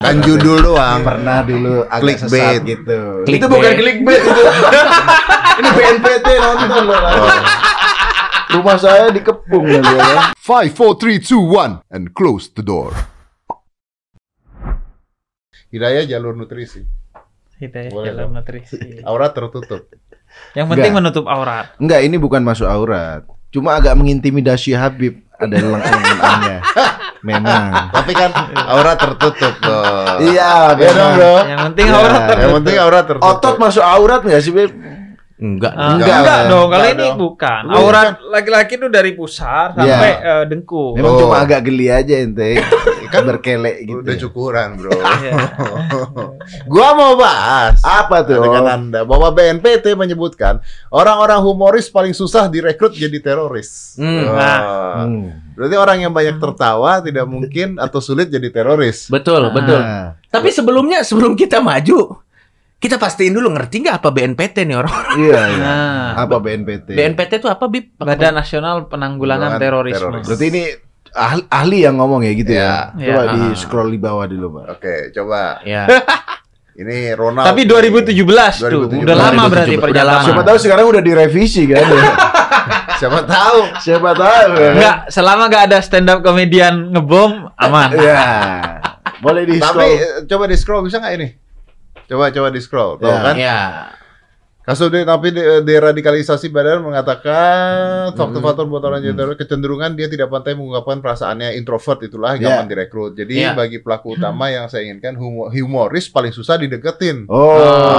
Kan judul doang. Pernah dulu agak Clickbait sesat gitu. Clickbait. Itu bukan clickbait itu. Ini BNPT nonton loh. Rumah saya dikepung ya. 5, 4, 3, 2, 1 and close the door. Hidayah jalur nutrisi. Hidayah Boleh dalam dong. nutrisi. Aurat tertutup. Yang penting Enggak. menutup aurat. Enggak, ini bukan masuk aurat. Cuma agak mengintimidasi Habib. Ada lengan-lengannya. Memang. Tapi kan aurat tertutup loh. Iya, Iya dong, bro. Yang penting Ya, aurat Yang tertutup. penting aurat tertutup. Otot masuk aurat nggak sih, Beb? Enggak. Enggak dong, kalau Enggak ini dong. bukan. Iya. Aurat laki-laki itu dari pusar sampai dengkul. Memang Oh. cuma agak geli aja ente. Kan berkelek gitu. Udah cukuran, bro. Iya. Gua mau bahas Apa tuh? dengan Anda bahwa BNPT menyebutkan orang-orang humoris paling susah direkrut jadi teroris. Wah. Berarti orang yang banyak tertawa tidak mungkin atau sulit jadi teroris. Betul, betul. Nah, Tapi sebelum kita maju, kita pastiin dulu ngerti nggak apa BNPT nih orang. iya, iya. Nah, Apa BNPT? BNPT itu apa, Bib? Badan Nasional Penanggulangan Penanggulangan Terorisme. Teroris. Berarti ini ahli yang ngomong ya gitu ya. Iya. Coba Iya. di scroll di bawah dulu, Pak. Oke, coba. Ya. Ini Ronald. Tapi 2017 tuh, 2017. udah lama 2017. berarti Udah perjalanan. lama. Siapa tahu sekarang udah direvisi kan ya. Siapa tahu. Siapa tahu kan? Enggak, selama enggak ada stand up komedian ngebom, aman. Iya. Boleh di Tapi scroll. coba di scroll bisa nggak ini? Coba di scroll. Tuh Ya. kan? Ya. Kasus deradikalisasi Badan mengatakan faktor-faktor buat orang jadi teroris, kecenderungan dia tidak pandai mengungkapkan perasaannya, introvert, itulah gampang direkrut. Jadi Ya. bagi pelaku utama yang saya inginkan humoris paling susah dideketin. Oh.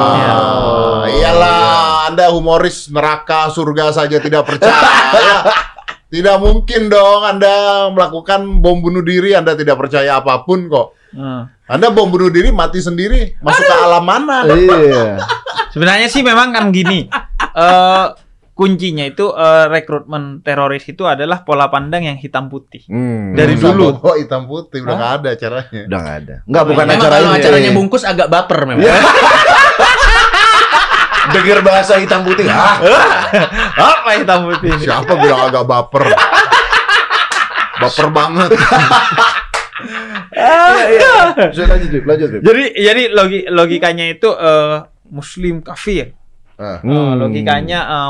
Iyalah, Anda humoris neraka surga saja tidak percaya. Tidak mungkin dong Anda melakukan bom bunuh diri, Anda tidak percaya apapun kok. Anda bom bunuh diri mati sendiri, masuk ke alam mana? Iya. Sebenarnya sih memang kan gini. Kuncinya itu rekrutmen teroris itu adalah pola pandang yang hitam putih. Dari dulu. Oh, hitam putih udah nggak ada caranya. Udah nggak ada. Enggak, bukan Memang acara kalau ini. acaranya bungkus agak baper memang. Dengar bahasa hitam putih. Apa hitam putih ini? Siapa bilang agak baper? Baper banget. Sudah lanjut. Beb. Jadi logikanya itu Muslim kafir. Logikanya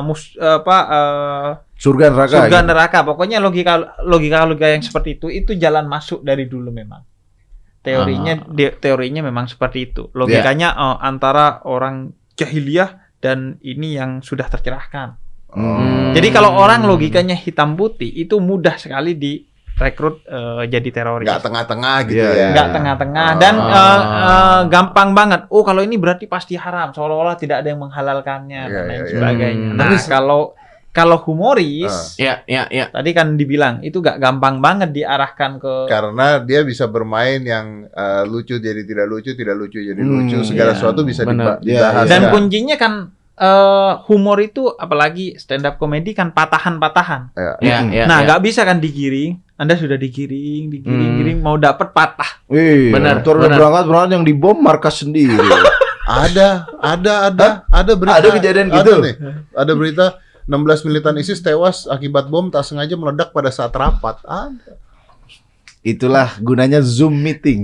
Surga neraka. surga gitu. neraka. Pokoknya logika yang seperti itu jalan masuk dari dulu memang. Teorinya memang seperti itu. Logikanya antara orang jahiliyah dan ini yang sudah tercerahkan. Jadi kalau orang logikanya hitam putih itu mudah sekali direkrut jadi teroris. Nggak tengah-tengah gitu Iya, ya. Nggak tengah-tengah dan gampang banget. Oh, kalau ini berarti pasti haram, seolah-olah tidak ada yang menghalalkannya dan lain sebagainya. Nah, kalau humoris, Ya. tadi kan dibilang itu gak gampang banget diarahkan ke. Karena dia bisa bermain yang lucu jadi tidak lucu jadi lucu, segala iya, sesuatu bisa benar. dibahas. Dan ya. kuncinya kan humor itu apalagi stand up komedi kan patahan-patahan. Ya. Nah, nggak bisa kan digiring. Anda sudah digiring, mau dapat patah. Iya. Benar, Turun benar. berangkat yang dibom markas sendiri. Ada berita. Ada kejadian gitu? Nih. Ada berita 16 militan ISIS tewas akibat bom tak sengaja meledak pada saat rapat. Ada. Itulah gunanya Zoom meeting.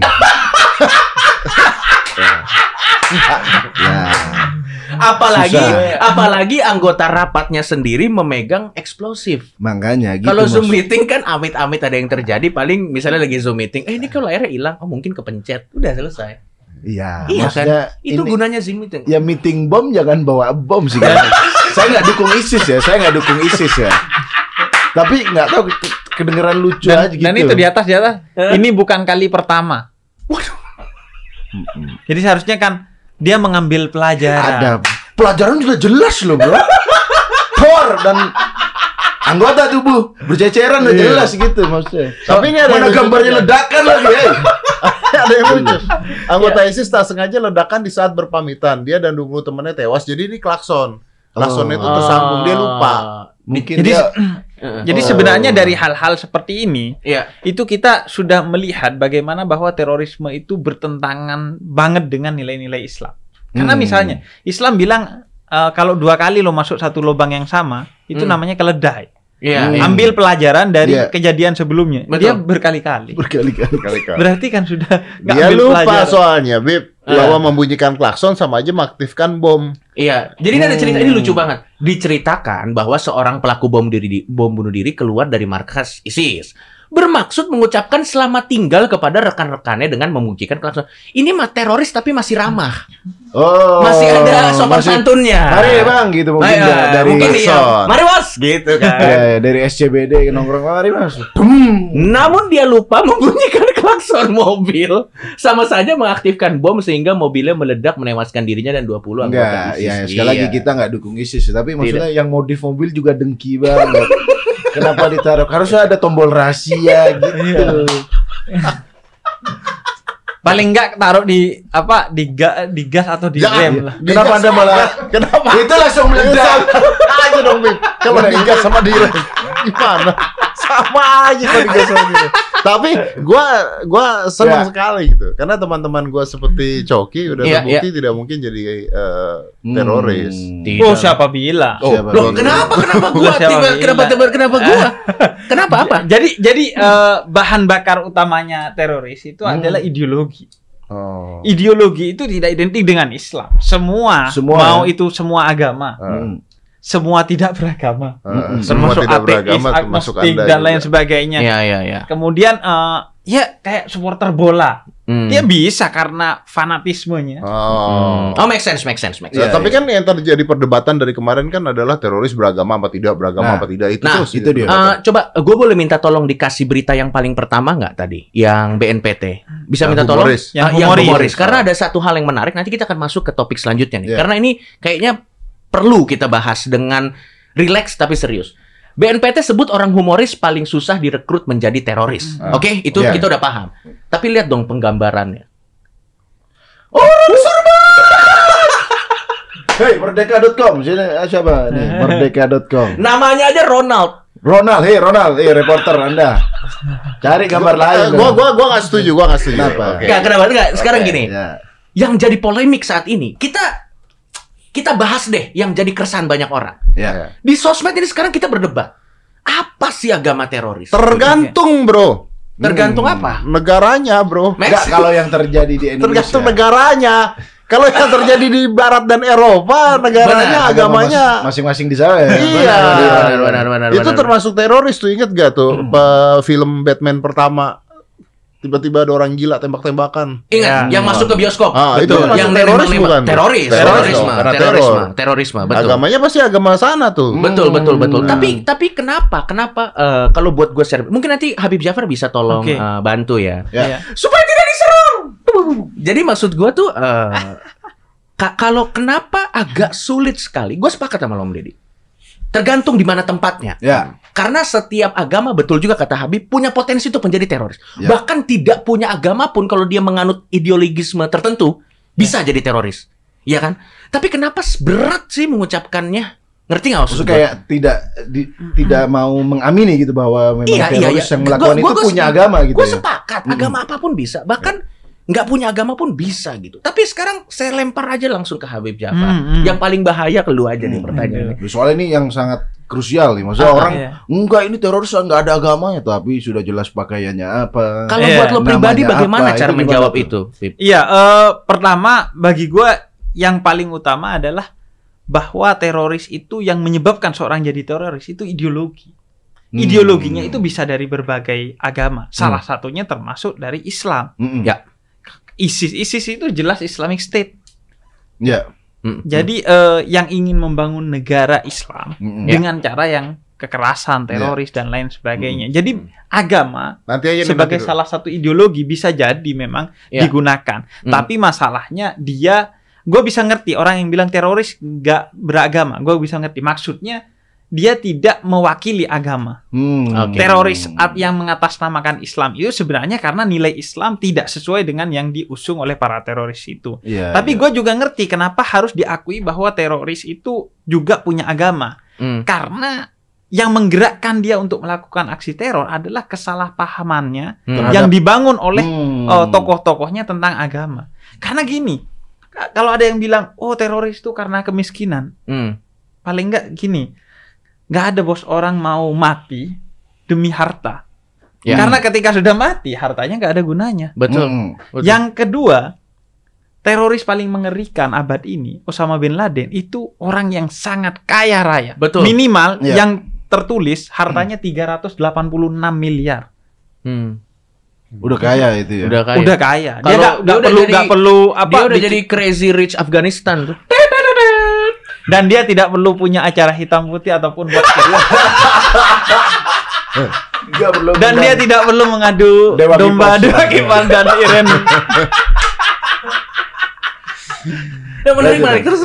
Apalagi anggota rapatnya sendiri memegang eksplosif. Makanya gitu. Kalau Zoom Mas. meeting kan amit-amit ada yang terjadi, paling misalnya lagi Zoom meeting, ini kok layarnya hilang, oh mungkin kepencet, udah selesai. Iya, Iya maksudnya kan? Itu ini- gunanya Zoom meeting. Ya meeting bom jangan bawa bom sih kan. Saya nggak dukung ISIS ya. Tapi nggak tahu kedengeran lucu aja gitu. Dan itu di atas. Ini bukan kali pertama. Jadi seharusnya kan dia mengambil pelajaran. Ada pelajaran sudah jelas loh bro. Por dan anggota tubuh berceceran udah jelas gitu maksudnya. Tapi ini ada mana yang gambarnya lucu. ledakan lagi. Ada yang lucu. Anggota ISIS tak sengaja ledakan di saat berpamitan. Dia dan 20 temannya tewas. Jadi ini klakson. Klaksonnya itu tersambung. Dia lupa. Mungkin Jadi dia Jadi sebenarnya dari hal-hal seperti ini, Iya. itu kita sudah melihat bagaimana bahwa terorisme itu bertentangan banget dengan nilai-nilai Islam. Karena misalnya Islam bilang kalau 2 kali lo masuk satu lubang yang sama, itu namanya keledai. Iya, iya. Ambil pelajaran dari Iya. kejadian sebelumnya. Betul. Dia berkali-kali. Kali-kali. Berarti kan sudah nggak Dia ambil lupa pelajaran. soalnya, Bib, bahwa membunyikan klakson sama aja mengaktifkan bom. Iya, jadi ini ada cerita ini lucu banget. Diceritakan bahwa seorang pelaku bom bunuh diri keluar dari markas ISIS. Bermaksud mengucapkan selamat tinggal kepada rekan-rekannya dengan membunyikan klakson. Ini mah teroris tapi masih ramah. Oh, Masih ada sopan masih- santunnya. Mari bang, gitu mungkin dari mungkin iya. klakson. Mari bos, gitu kan. dari SCBD nongkrong, mari mas. Namun dia lupa membunyikan klakson mobil. Sama saja mengaktifkan bom sehingga mobilnya meledak menewaskan dirinya dan 20 anggota Enggak, ISIS. ya sekali lagi Iya. kita nggak dukung ISIS, tapi maksudnya yang modif mobil juga dengki banget. Kenapa ditaruh? Harusnya ada tombol rahasia gitu. Paling enggak taruh di apa di gas atau di rem lah. Kenapa Anda malah Kenapa? itu langsung meledak? aja dong, Bib. Kalau digas sama direm gimana? Sama aja kalau digas sama direm. Tapi gua senang Ya. sekali gitu. Karena teman-teman gua seperti Coki udah Iya, terbukti tidak mungkin jadi teroris. Tidak. Oh, siapa bilang? Oh, Siapa? Loh, kenapa gua? Siapa Kenapa bilang? gua? Kenapa apa? Jadi bahan bakar utamanya teroris itu adalah ideologi. Oh. Ideologi itu tidak identik dengan Islam. Semua mau ya. itu semua agama. Semua tidak beragama. Semua Termasuk tidak ateis, beragama termasuk agnostik Anda dan juga. lain sebagainya. Iya. Kemudian ya kayak supporter bola. Hmm. Dia bisa karena fanatismenya. Oh, make sense. Ya, tapi kan yang terjadi perdebatan dari kemarin kan adalah teroris beragama apa tidak, beragama Nah, apa tidak itu nah, terus itu dia. Coba gue boleh minta tolong dikasih berita yang paling pertama nggak tadi, yang BNPT. Bisa Yang minta tolong? humoris. Yang Yang humoris. humoris. Karena ada satu hal yang menarik. Nanti kita akan masuk ke topik selanjutnya nih. Yeah. Karena ini kayaknya perlu kita bahas dengan rileks tapi serius. BNPT sebut orang humoris paling susah direkrut menjadi teroris. Oke, itu Yeah. kita udah paham. Tapi lihat dong penggambarannya. Hei, merdeka.com. Sini siapa nih? Merdeka.com. Namanya aja Ronald. Ronald, reporter Anda. Cari gambar lain. dong. Gua nggak setuju, Kenapa? Oke. Nggak, kenapa? Nggak, sekarang gini. Ya. Yang jadi polemik saat ini, kita bahas deh yang jadi keresahan banyak orang. Ya. Di sosmed ini sekarang kita berdebat. Apa sih agama teroris? Tergantung, Bro. Tergantung apa? Negaranya, Bro. Enggak, kalau yang terjadi di Indonesia. Tergantung negaranya. Kalau yang terjadi di Barat dan Eropa, negaranya Benar, agamanya masing-masing di sana ya. Iya. Benar. Itu termasuk teroris tuh, inget gak tuh film Batman pertama? Tiba-tiba ada orang gila tembak-tembakan. Ingat, yang masuk ke bioskop. Ah, itu Betul. termasuk Yang teroris nenek bukan? Teroris. Teroris dong, karena teror. Terorisme, betul. Agamanya pasti agama sana tuh. Betul. Tapi kenapa kalau buat gue share, mungkin nanti Habib Jafar bisa tolong Oke. bantu ya. Ya. Supaya tidak diserang. Jadi maksud gue tuh kalau kenapa agak sulit sekali, gue sepakat sama Om Deddy. Tergantung di mana tempatnya. Ya. Karena setiap agama, betul juga kata Habib, punya potensi untuk menjadi teroris. Ya. Bahkan tidak punya agama pun kalau dia menganut ideologisme tertentu, bisa jadi teroris. Iya kan? Tapi kenapa berat sih mengucapkannya? Ngerti nggak maksud Maksud gue? kayak tidak mau mengamini gitu bahwa memang teroris yang melakukan itu punya agama gitu Gue ya. sepakat, agama apapun bisa. Bahkan nggak punya agama pun bisa gitu. Tapi sekarang saya lempar aja langsung ke Habib Jafar. Yang paling bahaya ke lu aja nih pertanyaannya. Soalnya ini yang sangat krusial nih. Maksudnya orang iya. enggak ini teroris nggak ada agamanya, tapi sudah jelas pakaiannya apa. Kalau Iya, buat lo pribadi namanya bagaimana apa, cara itu menjawab gimana itu? Bib? Iya, pertama bagi gue yang paling utama adalah bahwa teroris itu yang menyebabkan seorang jadi teroris itu ideologi. Ideologinya itu bisa dari berbagai agama. Salah satunya termasuk dari Islam. Ya. ISIS itu jelas Islamic State. Ya. Jadi yang ingin membangun negara Islam dengan cara yang kekerasan, teroris dan lain sebagainya. Jadi agama Nanti aja nih, sebagai nanti salah satu ideologi bisa jadi memang Ya. digunakan. Tapi masalahnya gue bisa ngerti orang yang bilang teroris nggak beragama. Gue bisa ngerti maksudnya dia tidak mewakili agama. Oke. Teroris yang mengatasnamakan Islam itu sebenarnya karena nilai Islam tidak sesuai dengan yang diusung oleh para teroris itu. Iya, Tapi iya. gue juga ngerti kenapa harus diakui bahwa teroris itu juga punya agama. Karena yang menggerakkan dia untuk melakukan aksi teror adalah kesalahpahamannya yang dibangun oleh tokoh-tokohnya tentang agama. Karena gini, kalau ada yang bilang, oh teroris itu karena kemiskinan. Paling nggak gini, nggak ada bos orang mau mati demi harta. Ya. Karena ketika sudah mati, hartanya nggak ada gunanya. Betul. Betul. Yang kedua, teroris paling mengerikan abad ini, Osama bin Laden, itu orang yang sangat kaya raya. Betul. Minimal Ya. yang tertulis hartanya 386 miliar. Udah kaya itu ya. Udah kaya. Udah kaya. Dia Kalau nggak dia udah perlu jadi- nggak perlu apa? Dia udah bikin- jadi crazy rich Afghanistan tuh. dan dia tidak perlu punya acara hitam putih ataupun buat Nggak perlu. dan dia tidak perlu mengadu Dewa domba Kipas. Dewa Kipas dan Iren. Ya menarik. Terus.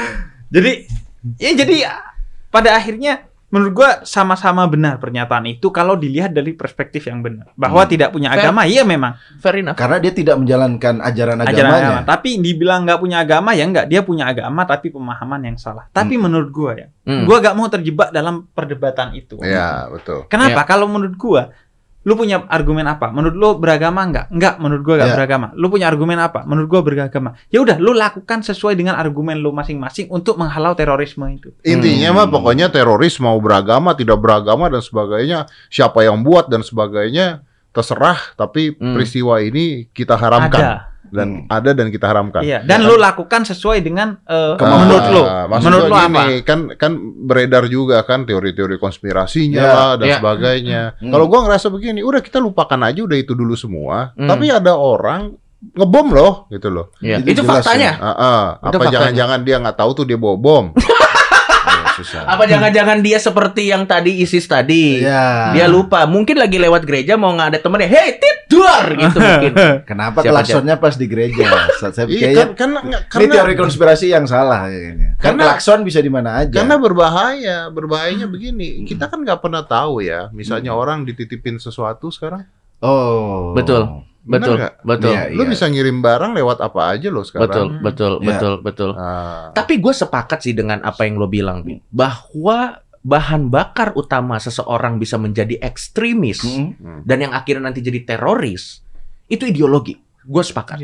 Jadi pada akhirnya menurut gua sama-sama benar pernyataan itu kalau dilihat dari perspektif yang benar bahwa tidak punya Fair. agama, iya memang Fair enough. Karena dia tidak menjalankan ajaran ajaran agamanya. agama. Tapi dibilang nggak punya agama ya nggak, dia punya agama tapi pemahaman yang salah. Tapi menurut gua ya, gua nggak mau terjebak dalam perdebatan itu. Ya, betul. Kenapa? Kalau menurut gua, lu punya argumen apa? Menurut lu beragama nggak? Nggak, menurut gua nggak Ya. beragama. Lu punya argumen apa? Menurut gua beragama. Ya udah, lu lakukan sesuai dengan argumen lu masing-masing untuk menghalau terorisme itu. Intinya mah pokoknya teroris mau beragama, tidak beragama dan sebagainya, siapa yang buat dan sebagainya terserah, tapi peristiwa ini kita haramkan. Dan kita haramkan. Iya, dan Ya lu kan? lakukan sesuai dengan Kemampuan. menurut lu. Maksud Menurut gua lu apa? gini, kan beredar juga kan teori-teori konspirasinya Ya, lah dan ya. sebagainya. Kalau gua ngerasa begini, udah kita lupakan aja udah itu dulu semua. Tapi ada orang ngebom loh, gitu loh. Ya. Itu Itu jelas faktanya. Apa faktanya. jangan-jangan dia nggak tahu tuh dia bawa bom? Susah. Apa jangan-jangan dia seperti yang tadi ISIS tadi? Iya. Dia lupa. Mungkin lagi lewat gereja mau nggak ada temennya. Hey, tidur gitu mungkin. Kenapa Siapa klaksonnya pas di gereja? Saya Iya, kayaknya kan ini karena teori konspirasi yang salah kayaknya. Kan Karena- klakson bisa di mana aja. karena berbahayanya begini. Kita kan nggak pernah tahu ya. Misalnya orang dititipin sesuatu sekarang, Oh. Betul. Bener nggak? Betul. Iya. lu bisa ngirim barang lewat apa aja loh sekarang. Betul. Ya. Ah. Tapi gue sepakat sih dengan apa yang lo bilang, Bin. Bahwa bahan bakar utama seseorang bisa menjadi ekstremis dan yang akhirnya nanti jadi teroris itu ideologi. Gue sepakat.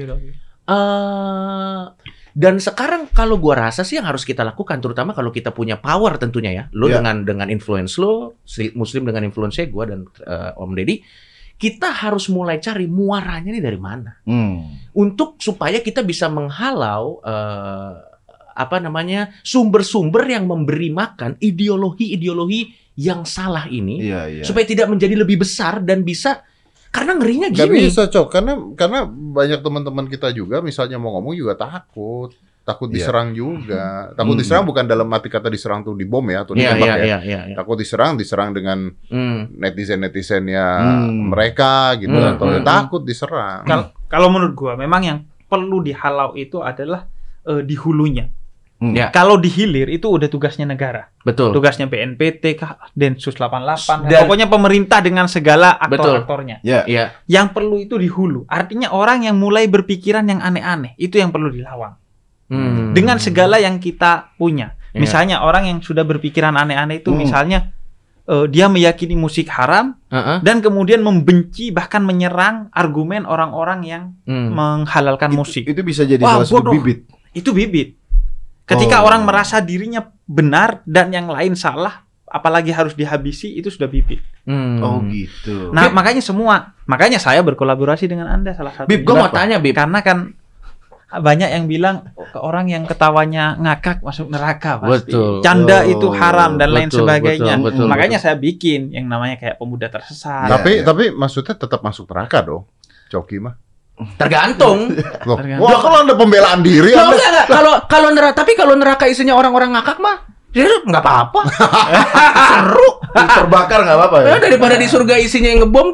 Dan sekarang kalau gue rasa sih yang harus kita lakukan, terutama kalau kita punya power tentunya ya, lo Ya. dengan influence lo, Muslim dengan influence gue dan Om Deddy, kita harus mulai cari muaranya nih dari mana. Untuk supaya kita bisa menghalau sumber-sumber yang memberi makan ideologi-ideologi yang salah ini, Iya. supaya tidak menjadi lebih besar dan bisa, karena ngerinya Gak gini. bisa, Cok. Karena banyak teman-teman kita juga misalnya mau ngomong juga takut Iya. diserang juga. Takut diserang bukan dalam arti kata diserang tuh dibom ya atau Iya, ditembak ya. iya. Takut diserang dengan netizen-netizennya Hmm. mereka gitu atau takut diserang. Kalau menurut gua memang yang perlu dihalau itu adalah di hulunya. Ya. Kalau di hilir itu udah tugasnya negara. Betul. Tugasnya BNPT kah, Densus 88, Dan- pokoknya pemerintah dengan segala aktor-aktornya. Ya. Iya. Yang perlu itu di hulu. Artinya orang yang mulai berpikiran yang aneh-aneh, itu yang perlu dilawan. Dengan segala yang kita punya. Iya. Misalnya orang yang sudah berpikiran aneh-aneh itu misalnya dia meyakini musik haram dan kemudian membenci bahkan menyerang argumen orang-orang yang menghalalkan musik. Itu bisa jadi Wah, salah satu bodoh. bibit. Itu bibit. Ketika Oh. orang merasa dirinya benar dan yang lain salah, apalagi harus dihabisi, itu sudah bibit. Oh gitu. Nah, makanya saya berkolaborasi dengan Anda salah satu. Bib, gue mau tanya, Bib. Karena kan banyak yang bilang orang yang ketawanya ngakak masuk neraka pasti. Betul. Canda itu haram dan lain Betul, sebagainya. betul, Makanya saya bikin yang namanya kayak pemuda tersesat. Ya. Tapi maksudnya tetap masuk neraka dong. Coki mah. Tergantung. Loh, Tergantung. wah kalau Anda pembelaan diri Loh, Anda. enggak. Kalau neraka, tapi kalau neraka isinya orang-orang ngakak mah, ya nggak apa-apa. Seru. Terbakar nggak apa-apa ya? Daripada di surga isinya yang ngebom.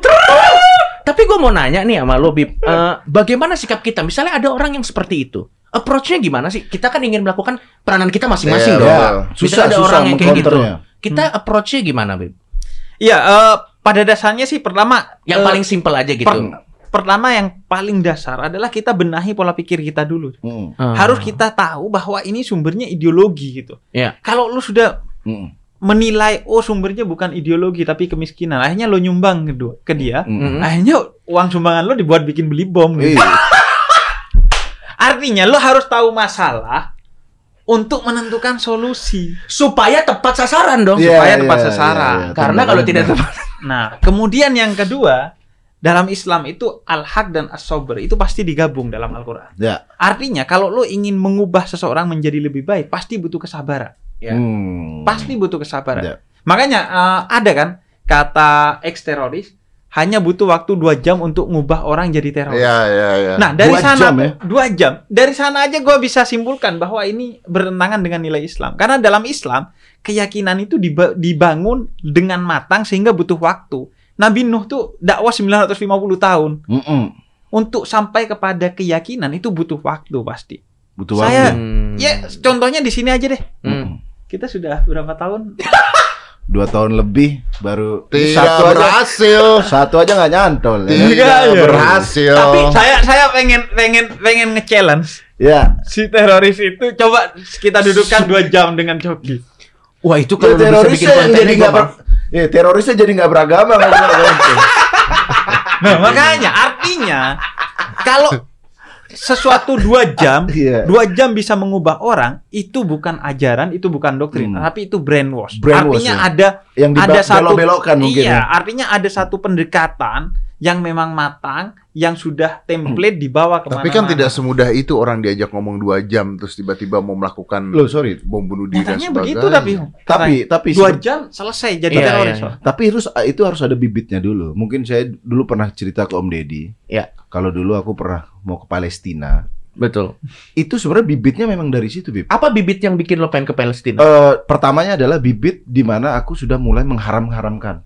Tapi gue mau nanya nih sama lo, Bib. Bagaimana sikap kita? Misalnya ada orang yang seperti itu. Approach-nya gimana sih? Kita kan ingin melakukan peranan kita masing-masing Iya, dong. iya. Misalnya ada orang yang kayak gitu. mengcounternya. Kita approach-nya gimana, Bib? Iya, pada dasarnya sih pertama Yang paling simpel aja gitu. pertama yang paling dasar adalah kita benahi pola pikir kita dulu. Harus kita tahu bahwa ini sumbernya ideologi gitu. Iya. Kalau lu sudah menilai sumbernya bukan ideologi tapi kemiskinan, akhirnya lo nyumbang ke dia, akhirnya uang sumbangan lo dibuat bikin beli bom gitu. Iya. Artinya lo harus tahu masalah untuk menentukan solusi. Supaya tepat sasaran dong. Iya, supaya iya, tepat iya, sasaran. iya. Karena kalau tidak tepat. Nah, kemudian yang kedua, dalam Islam itu al-haq dan as-sabr itu pasti digabung dalam Al-Qur'an. Ya. Artinya kalau lo ingin mengubah seseorang menjadi lebih baik, pasti butuh kesabaran. Ya. Pasti butuh kesabaran. Ya. Makanya ada kan kata ex-teroris hanya butuh waktu 2 jam untuk ngubah orang jadi teroris. Iya. Nah, dari 2 sana jam, ya? 2 jam. Dari sana aja gue bisa simpulkan bahwa ini bertentangan dengan nilai Islam. Karena dalam Islam, keyakinan itu dibangun dengan matang sehingga butuh waktu. Nabi Nuh tuh dakwah 950 tahun. Untuk sampai kepada keyakinan itu butuh waktu pasti. Butuh Saya waktu. ya contohnya di sini aja deh. Kita sudah berapa tahun? 2 tahun lebih baru Tidak berhasil. Satu aja nggak nyantol. Ya. Tidak ya. berhasil. Tapi saya pengen nge-challenge Ya. si teroris itu, coba kita dudukkan 2 jam dengan Coki. Wah, itu Ya, kalau lu bisa bikin konten jadi nggak terorisnya jadi nggak beragama kalau Nah, makanya artinya kalau sesuatu 2 jam, Iya. 2 jam bisa mengubah orang, itu bukan ajaran, itu bukan doktrin, tapi itu brainwash. Brainwash, Artinya ya. ada yang dibelok-belokkan mungkin. Iya, Ya. artinya ada satu pendekatan yang memang matang, yang sudah template dibawa kemana-mana. Tapi kan tidak semudah itu orang diajak ngomong 2 jam terus tiba-tiba mau melakukan Loh, sorry. bom bunuh diri dan Katanya sebagainya. begitu tapi 2 jam selesai jadi Iya, teroris. iya. Tapi itu harus ada bibitnya dulu. Mungkin saya dulu pernah cerita ke Om Deddy. Ya. Kalau dulu aku pernah mau ke Palestina. Betul. Itu sebenarnya bibitnya memang dari situ, Bib. Apa bibit yang bikin lo pengen ke Palestina? Pertamanya adalah bibit di mana aku sudah mulai mengharam-haramkan.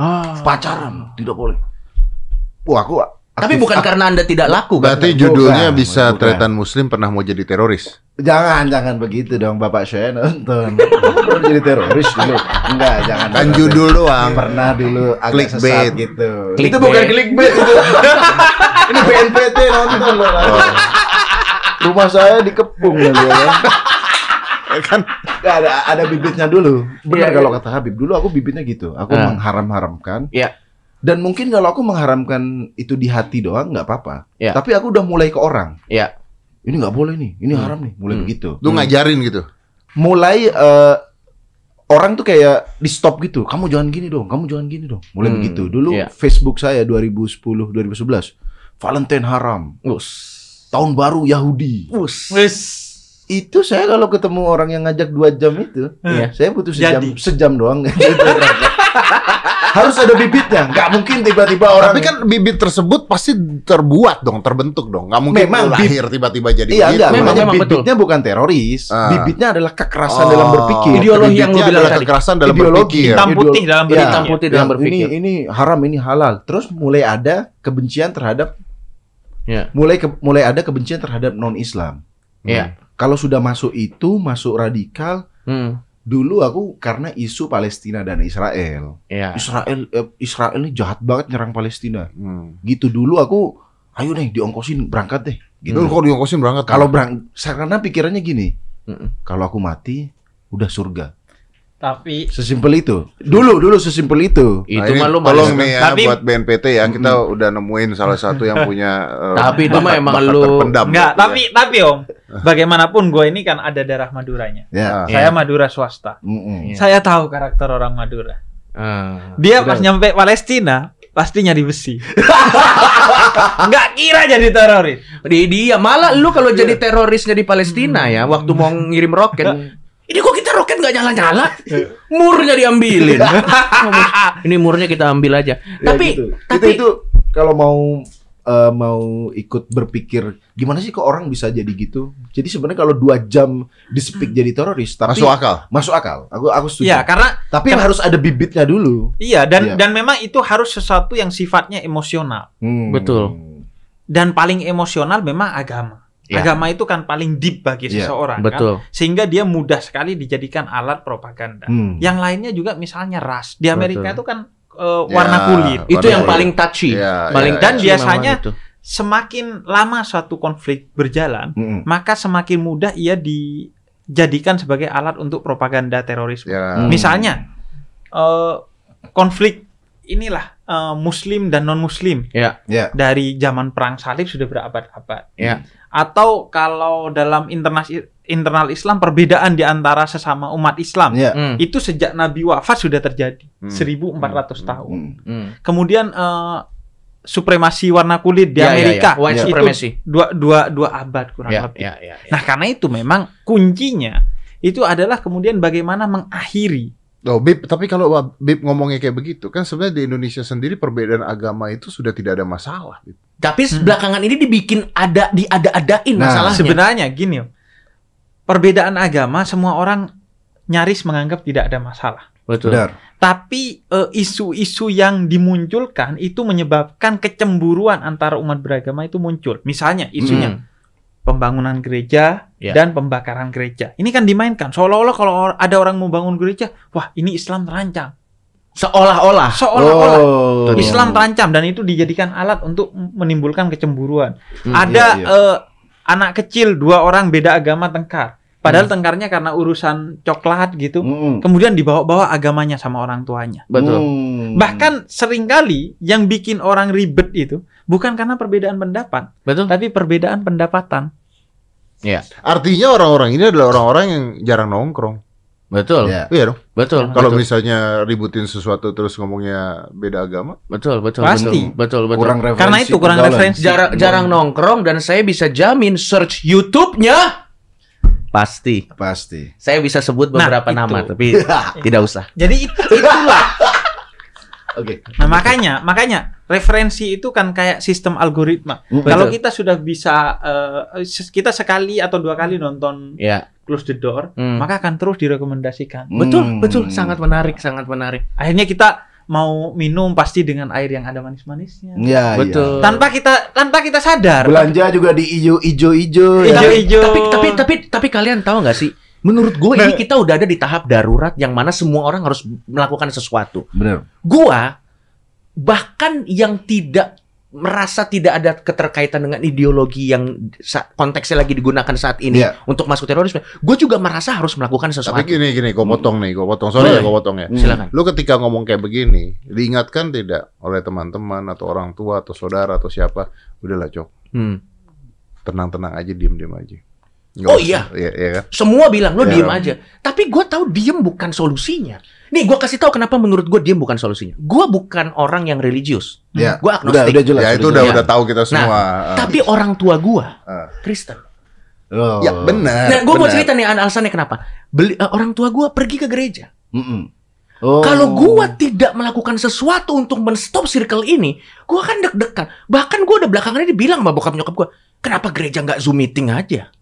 Pacaran tidak boleh. Wah, aku Tapi bukan karena Anda tidak laku kan? Berarti Bukan, judulnya bisa bukan. Tretan Muslim pernah mau jadi teroris. Jangan begitu dong, Bapak saya nonton. Pernah jadi teroris dulu. Enggak, jangan. Kan judul doang. Pernah dulu agak Clickbait. sesat gitu. Clickbait. Itu bukan clickbait itu. Ini BNPT nonton loh. Rumah saya dikepung loh ya. Kan Nggak, ada bibitnya dulu. Benar Iya, kalau kata Habib. Dulu aku bibitnya gitu. Aku mengharam-haramkan. Iya. Dan mungkin kalau aku mengharamkan itu di hati doang nggak apa-apa. Iya. Tapi aku udah mulai ke orang. Iya. Ini nggak boleh nih. Ini haram nih. Mulai begitu. lu ngajarin gitu. Mulai orang tuh kayak di stop gitu. Kamu jangan gini dong. Kamu jangan gini dong. Mulai begitu. Dulu Iya. Facebook saya 2010 2011. Valentine haram. Tahun baru Yahudi. Itu saya kalau ketemu orang yang ngajak 2 jam itu, saya butuh sejam doang. Harus ada bibitnya. Nggak mungkin tiba-tiba orang. Tapi kan bibit tersebut pasti terbuat dong, terbentuk dong. Nggak mungkin Memang lahir tiba-tiba jadi Iya, begitu. enggak. Memang Makanya betul. bibitnya bukan teroris. Bibitnya adalah kekerasan dalam berpikir. Ideologi yang lu Bibitnya bilang adalah tadi. kekerasan dalam Ideologi. berpikir. Hitam putih dalam berpikir. Hitam putih dalam berpikir. Ini haram, ini halal. Terus mulai ada kebencian terhadap Ya. mulai ada kebencian terhadap non-Islam. Iya. Kalau sudah masuk itu, masuk radikal. Dulu aku karena isu Palestina dan Israel. Iya. Israel ini jahat banget nyerang Palestina. Gitu dulu aku, ayo nih diongkosin berangkat deh. Gitu. Lu kok diongkosin berangkat? Kalau karena pikirannya gini, kalau aku mati udah surga. Tapi Sesimpel itu. Dulu sesimpel itu. Itu ini mah lu tolong malas. nih ya Tapi- buat BNPT ya, kita udah nemuin salah satu yang punya Tapi itu mah emang bakat lu- terpendam. enggak, gitu tapi Om, bagaimanapun gue ini kan ada darah Maduranya. Ya. Saya Madura swasta. Mm-mm. Saya tahu karakter orang Madura. Ah. Dia pas nyampe Palestina pasti nyari besi. Nggak kira jadi teroris. Dia malah lu kalau jadi terorisnya di Palestina ya, waktu mau ngirim roket. Ini kok kita roket nggak nyala-nyala? Murnya diambilin. Ini murnya kita ambil aja. Ya, Tapi gitu. tapi itu kalau mau ikut berpikir gimana sih kok orang bisa jadi gitu? Jadi sebenarnya kalau 2 jam di-speak jadi teroris, tapi Masuk akal. Masuk akal. Aku setuju. Iya, karena Tapi harus ada bibitnya dulu. iya Iya. dan memang itu harus sesuatu yang sifatnya emosional. Betul. Dan paling emosional memang agama. Ya. Agama itu kan paling deep bagi Iya, seseorang betul. kan. Sehingga dia mudah sekali dijadikan alat propaganda. Yang lainnya juga misalnya ras. Di Amerika itu kan warna Ya, kulit. itu warna yang kulit. paling touchy. Iya, Paling iya, Dan touchy biasanya memang itu. semakin lama suatu konflik berjalan, maka semakin mudah ia dijadikan sebagai alat untuk propaganda terorisme. Ya. Misalnya konflik inilah Muslim dan non Muslim Ya. Ya. dari zaman perang salib sudah berabad-abad. Ya. Atau kalau dalam internal Islam perbedaan di antara sesama umat Islam itu sejak Nabi wafat sudah terjadi 1400 tahun. Kemudian supremasi warna kulit di Amerika White supremacy. Dua abad kurang lebih. Nah, karena itu memang kuncinya itu adalah kemudian bagaimana mengakhiri. Oh, Bib, tapi kalau Bib ngomongnya kayak begitu, kan sebenarnya di Indonesia sendiri perbedaan agama itu sudah tidak ada masalah, Bib. Tapi belakangan ini dibikin diada-adain masalahnya. Sebenarnya gini, perbedaan agama semua orang nyaris menganggap tidak ada masalah. Betul. Benar. Tapi isu-isu yang dimunculkan itu menyebabkan kecemburuan antara umat beragama itu muncul. Misalnya isunya pembangunan gereja dan pembakaran gereja. Ini kan dimainkan seolah-olah kalau ada orang mau bangun gereja, wah ini Islam terancam. Seolah-olah Islam terancam, dan itu dijadikan alat untuk menimbulkan kecemburuan. Ada anak kecil 2 orang beda agama tengkar. Padahal tengkarnya karena urusan coklat gitu. Kemudian dibawa-bawa agamanya sama orang tuanya. Betul. Bahkan seringkali yang bikin orang ribet itu bukan karena perbedaan pendapat, tapi perbedaan pendapatan. Ya. Artinya orang-orang ini adalah orang-orang yang jarang nongkrong. Betul. Iya dong. Betul. Kalau misalnya ributin sesuatu terus ngomongnya beda agama. Betul. Pasti. Betul. Kurang referensi. Karena itu kurang referensi. Jarang nongkrong, dan saya bisa jamin search YouTube-nya pasti. Saya bisa sebut beberapa nama, tapi tidak usah. Jadi itulah. Oke. Nah, makanya referensi itu kan kayak sistem algoritma. Kalau kita sudah bisa kita sekali atau 2 kali nonton Close the Door, maka akan terus direkomendasikan. Betul, sangat menarik. Akhirnya kita mau minum pasti dengan air yang ada manis-manisnya. Betul. Tanpa kita sadar. Belanja juga di ijo-ijo. Tapi kalian tahu nggak sih? Menurut gue ini kita udah ada di tahap darurat yang mana semua orang harus melakukan sesuatu. Benar. Gua bahkan yang tidak merasa tidak ada keterkaitan dengan ideologi yang konteksnya lagi digunakan saat ini untuk masuk terorisme, gue juga merasa harus melakukan sesuatu. Tapi gini, gue potong. Sorry ya, gue potong ya. Silakan. Lu ketika ngomong kayak begini, diingatkan tidak oleh teman-teman atau orang tua atau saudara atau siapa, udahlah Cok, tenang-tenang aja, diem aja. Iya kan? Semua bilang lo diem aja. Tapi gue tahu diem bukan solusinya. Nih, gue kasih tahu kenapa menurut gue diem bukan solusinya. Gue bukan orang yang religius. Gue agnostik. Udah jelas. Ya itu udah tahu kita semua. Tapi orang tua gue Kristen. Ya benar. Nah, gue mau cerita nih alasannya kenapa. Orang tua gue pergi ke gereja. Kalau gue tidak melakukan sesuatu untuk men-stop circle ini, gue kan deg-degan. Bahkan gue udah belakangan ini bilang sama bokap nyokap gue, kenapa gereja nggak Zoom meeting aja?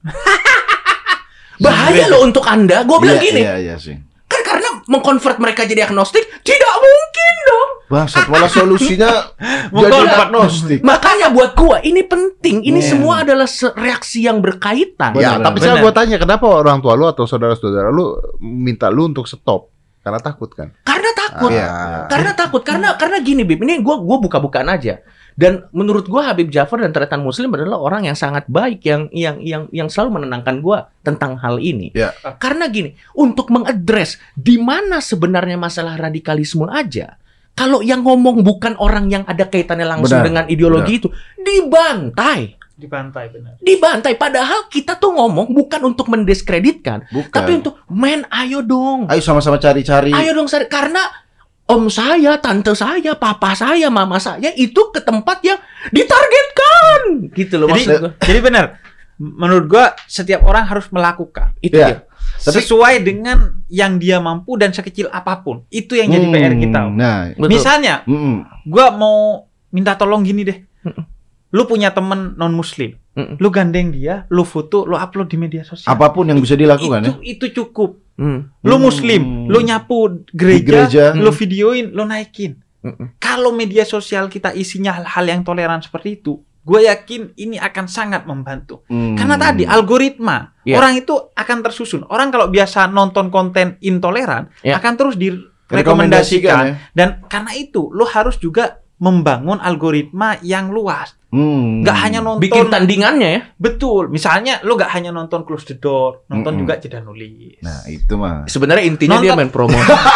Bahaya loh untuk Anda. Gue bilang gini. Iya sih. Kan karena mengkonvert mereka jadi agnostik, tidak mungkin dong. Bangsat, malah solusinya jadi agnostik. Makanya buat gua ini penting. Ini semua adalah reaksi yang berkaitan. Ya, tapi saya gua tanya, kenapa orang tua lu atau saudara-saudara lu minta lu untuk stop? Karena takut kan? Karena takut. Karena gini, Bib. Ini gua buka-bukaan aja. Dan menurut gua Habib Ja'far dan Tretan Muslim adalah orang yang sangat baik yang selalu menenangkan gua tentang hal ini. Karena gini, untuk mengadres di mana sebenarnya masalah radikalisme aja, kalau yang ngomong bukan orang yang ada kaitannya langsung dengan ideologi itu, dibantai. Dibantai. Padahal kita tuh ngomong bukan untuk mendiskreditkan, tapi untuk ayo dong. Ayo sama-sama cari-cari. Ayo dong, karena om saya, tante saya, papa saya, mama saya itu ke tempat yang ditargetkan. Gitu loh maksud gue. Jadi benar. Menurut gua setiap orang harus melakukan. Itu dia. Sesuai dengan yang dia mampu dan sekecil apapun. Itu yang jadi PR kita. Nah, misalnya, gua mau minta tolong gini deh. Lu punya temen non-muslim. Lu gandeng dia, lu foto, lu upload di media sosial. Apapun yang bisa dilakukan itu cukup. Lu muslim, lu nyapu gereja, lu videoin, lu naikin. Kalau media sosial kita isinya hal-hal yang toleran seperti itu, gue yakin ini akan sangat membantu. Karena tadi algoritma, orang itu akan tersusun. Orang kalau biasa nonton konten intoleran, akan terus direkomendasikan. Dan karena itu, lo harus juga membangun algoritma yang luas. Gak hanya nonton, bikin tandingannya ya. Betul. Misalnya lo gak hanya nonton Close the Door, nonton juga Jeda Nulis. Nah itu mah sebenarnya intinya dia main promo.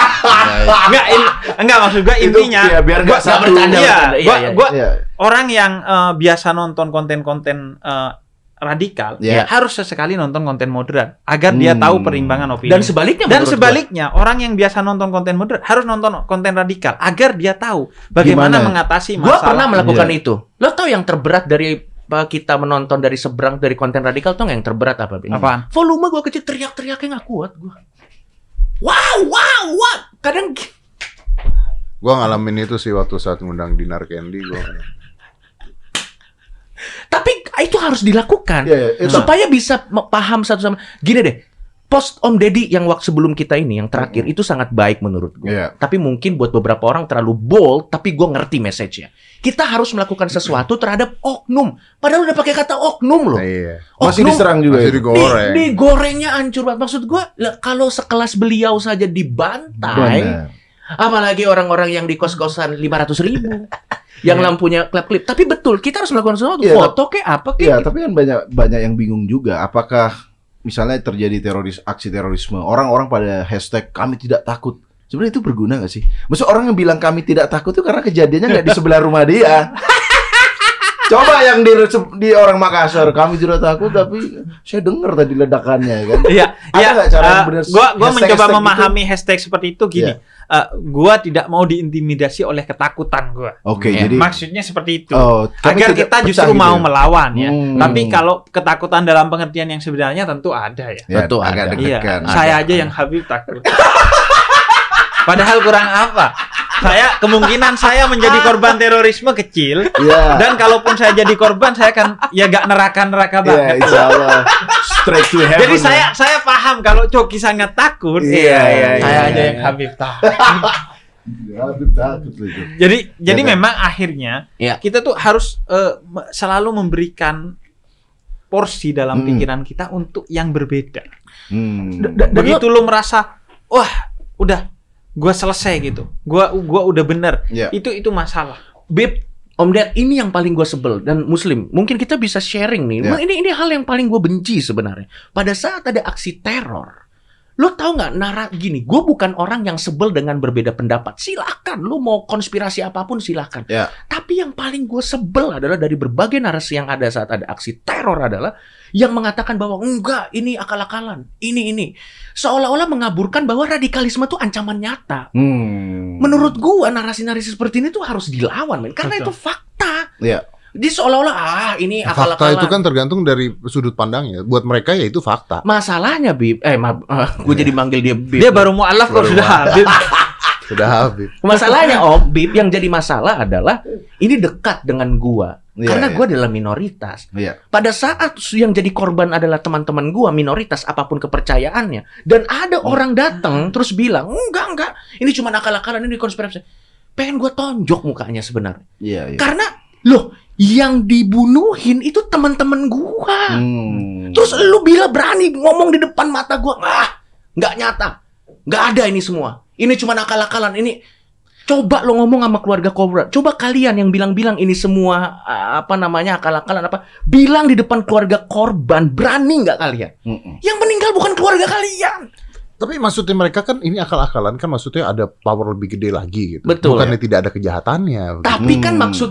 Enggak maksud gue intinya itu, biar gak satu. Gua orang yang biasa nonton konten-konten radikal, harus sesekali nonton konten moderat agar dia tahu perimbangan opini. Dan sebaliknya, orang yang biasa nonton konten moderat harus nonton konten radikal agar dia tahu bagaimana mengatasi masalah. Gua pernah melakukan itu. Lo tau yang terberat dari kita menonton dari seberang dari konten radikal tuh yang terberat apa? Apaan? Volume gua kecil, teriak-teriaknya nggak kuat gua. Wow. Kadang gua ngalamin itu sih waktu saat ngundang Dinar Candy gua. Tapi itu harus dilakukan supaya bisa paham satu sama. Gini deh, post Om Deddy yang waktu sebelum kita ini yang terakhir itu sangat baik menurut gue. Tapi mungkin buat beberapa orang terlalu bold, tapi gue ngerti message-nya. Kita harus melakukan sesuatu terhadap oknum. Padahal udah pakai kata oknum loh. Masih diserang juga. Masih digoreng. Digorengnya hancur banget. Maksud gue, kalau sekelas beliau saja dibantai, apalagi orang-orang yang di kos-kosan 500.000. Yang lampunya klip-klip. Tapi betul, kita harus melakukan sesuatu. Foto kayak apa kayak. Iya, tapi kan banyak yang bingung juga. Apakah misalnya terjadi aksi terorisme, orang-orang pada hashtag kami tidak takut. Sebenarnya itu berguna nggak sih? Maksud orang yang bilang kami tidak takut itu karena kejadiannya nggak di sebelah rumah dia. Coba yang di orang Makassar, kami tidak takut, tapi saya dengar tadi ledakannya kan. Iya. Ada nggak cara yang benar? Gua mencoba memahami hashtag seperti itu gini. Gua tidak mau diintimidasi oleh ketakutan gua. Oke, jadi maksudnya seperti itu. Agar kita justru mau melawan ya. Tapi kalau ketakutan dalam pengertian yang sebenarnya tentu ada ya. Tentu agak deg-degan. Saya aja yang Habib takut. Padahal kurang apa? Kemungkinan saya menjadi korban terorisme kecil. Dan kalaupun saya jadi korban, saya kan ya gak neraka banget. Insyaallah. Straight to heaven. Jadi saya paham kalau Coki sangat takut. Saya aja yang Habib takut. Jadi memang akhirnya kita tuh harus selalu memberikan porsi dalam pikiran kita untuk yang berbeda. Begitu lo merasa, wah udah gua selesai gitu, gua udah bener, itu masalah. Bib, Om Ded, ini yang paling gue sebel. Dan Muslim, mungkin kita bisa sharing nih. Ini hal yang paling gue benci sebenarnya. Pada saat ada aksi teror, lo tau nggak, gini, gue bukan orang yang sebel dengan berbeda pendapat. Silakan, lo mau konspirasi apapun silakan. Tapi yang paling gue sebel adalah dari berbagai narasi yang ada saat ada aksi teror adalah yang mengatakan bahwa enggak, ini akal-akalan, ini. Seolah-olah mengaburkan bahwa radikalisme itu ancaman nyata. Menurut gua narasi-narasi seperti ini tuh harus dilawan, men. Karena itu fakta. Dia seolah-olah ini akal-akalan. Fakta itu kan tergantung dari sudut pandangnya. Buat mereka ya itu fakta. Masalahnya, Bib, gue jadi manggil dia Bib. Dia baru mualaf kok sudah Habib. Sudah Habib. Masalahnya Om Bib, yang jadi masalah adalah ini dekat dengan gua. Karena gue adalah minoritas. Pada saat yang jadi korban adalah teman-teman gue, minoritas apapun kepercayaannya, dan ada orang datang terus bilang enggak, ini cuma akal-akalan, ini konspirasi. Pengen gue tonjok mukanya sebenarnya. Karena loh, yang dibunuhin itu teman-teman gue. Terus lu berani ngomong di depan mata gue, nggak nyata, nggak ada ini semua. Ini cuma akal-akalan ini. Coba lo ngomong sama keluarga korban. Coba kalian yang bilang-bilang ini semua akal-akalan apa? Bilang di depan keluarga korban, berani nggak kalian? Yang meninggal bukan keluarga kalian. Tapi maksudnya mereka kan ini akal-akalan kan, maksudnya ada power lebih gede lagi gitu. Betul. Bukannya tidak ada kejahatannya. Tapi kan maksud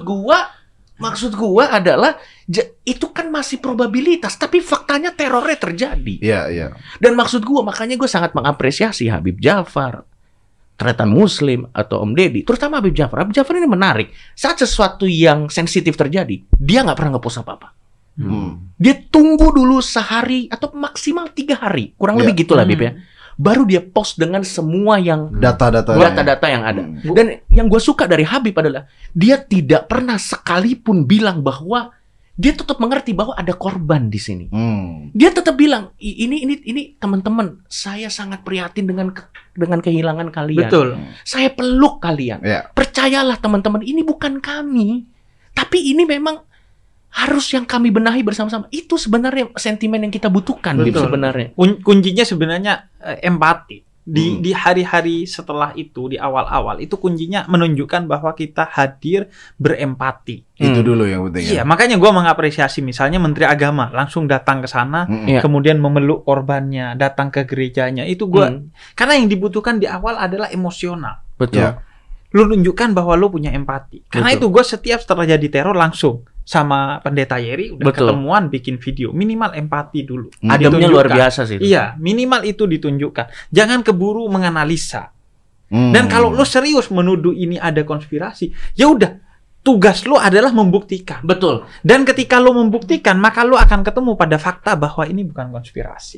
gua adalah itu kan masih probabilitas, tapi faktanya terornya terjadi. Dan maksud gua, makanya gua sangat mengapresiasi Habib Jafar, Tretan Muslim atau Om Deddy, terutama Habib Jafar. Habib Jafar ini menarik. Saat sesuatu yang sensitif terjadi, dia nggak pernah nge-post apa-apa. Dia tunggu dulu sehari atau maksimal 3 hari, kurang lebih gitulah Habib ya. Baru dia post dengan semua yang data-data yang ada. Dan yang gue suka dari Habib adalah dia tidak pernah sekalipun bilang bahwa dia tetap mengerti bahwa ada korban di sini. Dia tetap bilang, ini teman-teman, saya sangat prihatin dengan kehilangan kalian. Betul. Saya peluk kalian. Percayalah teman-teman, ini bukan kami, tapi ini memang harus yang kami benahi bersama-sama. Itu sebenarnya sentimen yang kita butuhkan. Sebenarnya. Kuncinya sebenarnya empati. Di hari-hari setelah itu, di awal-awal itu kuncinya menunjukkan bahwa kita hadir berempati. Itu dulu yang penting. Iya, makanya gue mengapresiasi misalnya Menteri Agama langsung datang ke sana, kemudian memeluk korbannya, datang ke gerejanya. Itu gue karena yang dibutuhkan di awal adalah emosional. Betul. Lu tunjukkan bahwa lu punya empati. Karena itu gue setiap terjadi teror langsung sama Pendeta Yeri udah ketemuan bikin video, minimal empati dulu. Ademnya luar biasa sih. Iya, minimal itu ditunjukkan. Jangan keburu menganalisa. Dan kalau lo serius menuduh ini ada konspirasi, ya udah, tugas lo adalah membuktikan. Betul. Dan ketika lo membuktikan, maka lo akan ketemu pada fakta bahwa ini bukan konspirasi.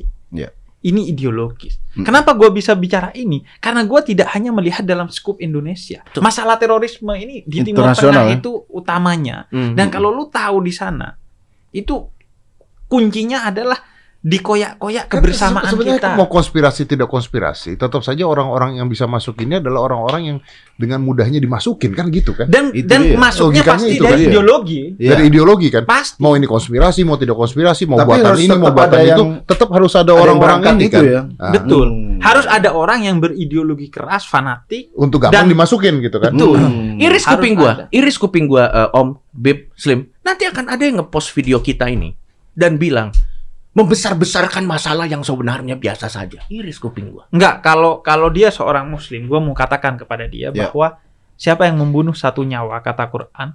Ini ideologis. Kenapa gue bisa bicara ini? Karena gue tidak hanya melihat dalam skup Indonesia. Masalah terorisme ini di Timur Tengah itu utamanya. Dan kalau lu tahu di sana, itu kuncinya adalah dikoyak-koyak kebersamaan sebenarnya kita. Mau konspirasi tidak konspirasi, tetap saja orang-orang yang bisa masuk ini adalah orang-orang yang dengan mudahnya dimasukin, kan gitu kan? Dan masuknya pasti dari ideologi. Dari ideologi kan? Pasti. Mau ini konspirasi, mau tidak konspirasi, mau Tapi buatan ini, mau buatan itu, tetap harus ada orang-orang ini kan? Ya? Betul. Harus ada orang yang berideologi keras, fanatik. Untuk gampang dimasukin gitu kan? Betul. Iris kuping gua, Om, Bib, Slim. Nanti akan ada yang ngepost video kita ini dan bilang membesar-besarkan masalah yang sebenarnya biasa saja. Iris kuping gua. Enggak, kalau dia seorang muslim, gua mau katakan kepada dia bahwa siapa yang membunuh satu nyawa, kata Quran,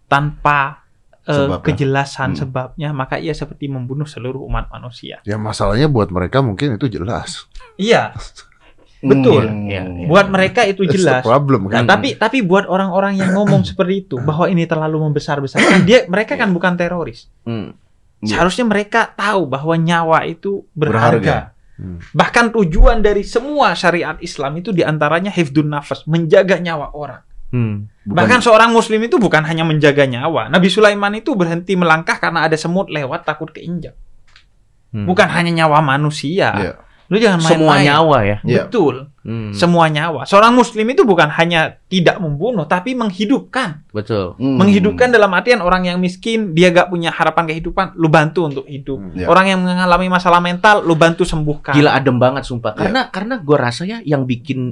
tanpa kejelasan sebabnya, maka ia seperti membunuh seluruh umat manusia. Ya masalahnya buat mereka mungkin itu jelas. Iya. Betul. Buat mereka itu jelas. Problem kan. Nah, tapi buat orang-orang yang ngomong seperti itu bahwa ini terlalu membesar-besarkan, mereka kan bukan teroris. Seharusnya mereka tahu bahwa nyawa itu berharga. Bahkan tujuan dari semua syariat Islam itu diantaranya hifdun nafas, menjaga nyawa orang. Bahkan seorang muslim itu bukan hanya menjaga nyawa. Nabi Sulaiman itu berhenti melangkah karena ada semut lewat, takut keinjak. Bukan hanya nyawa manusia. Lu jangan main-main. Semua nyawa ya. Betul. Semua nyawa. Seorang muslim itu bukan hanya tidak membunuh, tapi menghidupkan. Betul. Menghidupkan dalam artian orang yang miskin, dia gak punya harapan kehidupan, lu bantu untuk hidup. Orang yang mengalami masalah mental, lu bantu sembuhkan. Gila, adem banget sumpah. Karena gue rasa ya yang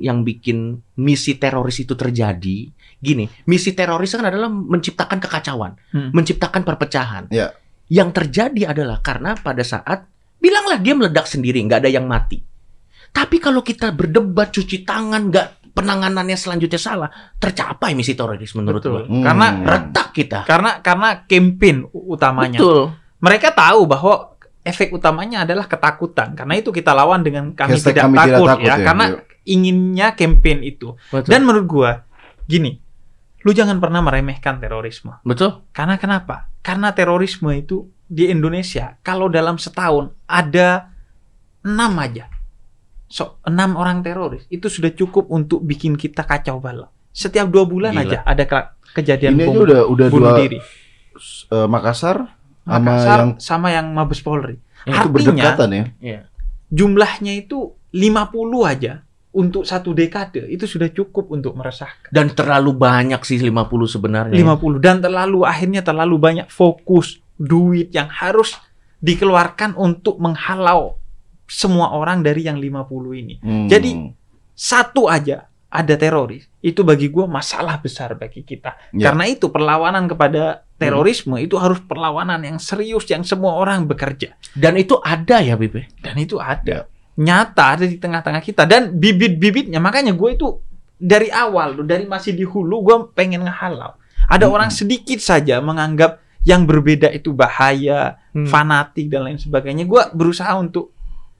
bikin misi teroris itu terjadi, gini, misi teroris kan adalah menciptakan kekacauan, menciptakan perpecahan. Yang terjadi adalah karena pada saat bilanglah dia meledak sendiri, nggak ada yang mati. Tapi kalau kita berdebat, cuci tangan, nggak penanganannya selanjutnya salah, tercapai misi teroris menurut gue. Karena retak kita. Karena campaign utamanya. Betul. Mereka tahu bahwa efek utamanya adalah ketakutan. Karena itu kita lawan dengan kami tidak takut ya. Karena inginnya campaign itu. Betul. Dan menurut gue, gini, lu jangan pernah meremehkan terorisme. Betul. Karena kenapa? Karena terorisme itu di Indonesia, kalau dalam setahun ada 6 aja. 6 orang teroris, itu sudah cukup untuk bikin kita kacau balau. Setiap 2 bulan aja ada kejadian bom bunuh diri. Makassar sama yang Mabes Polri. Itu berdekatan ya. Jumlahnya itu 50 aja. Untuk 1 dekade itu sudah cukup untuk meresahkan. Dan terlalu banyak sih 50 sebenarnya. 50 dan akhirnya terlalu banyak fokus duit yang harus dikeluarkan untuk menghalau semua orang dari yang 50 ini. Jadi 1 aja ada teroris, itu bagi gue masalah besar bagi kita. Karena itu perlawanan kepada terorisme itu harus perlawanan yang serius, yang semua orang bekerja. Dan itu ada ya, Bibi? Dan itu ada. Nyata ada di tengah-tengah kita. Dan bibit-bibitnya, makanya gue itu dari awal, dari masih di hulu, gue pengen ngehalau. Ada orang sedikit saja menganggap yang berbeda itu bahaya, fanatik dan lain sebagainya. Gue berusaha untuk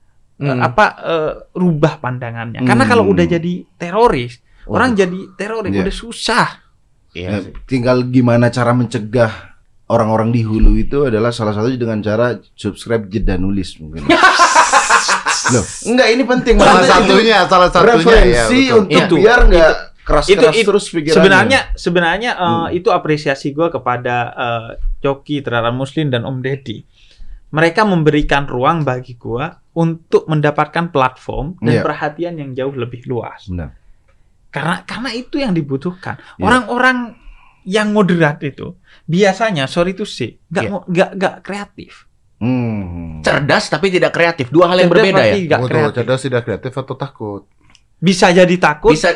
rubah pandangannya. Karena kalau udah jadi teroris, orang jadi teroris udah susah. Tinggal gimana cara mencegah orang-orang di hulu itu adalah salah satunya dengan cara subscribe jeda nulis mungkin. Loh, enggak, ini penting. Salah satunya referensi untuk biar enggak keras-keras terus pikirannya. Sebenarnya itu apresiasi gue kepada Coki terhadap Muslim dan Om Deddy. Mereka memberikan ruang bagi gue untuk mendapatkan platform dan perhatian yang jauh lebih luas. Benar. Karena itu yang dibutuhkan. Orang-orang yang moderat itu biasanya, sorry to say, nggak kreatif. Cerdas tapi tidak kreatif. 2 hal yang berbeda ya. Cerdas tidak kreatif atau takut? Bisa jadi takut. Bisa.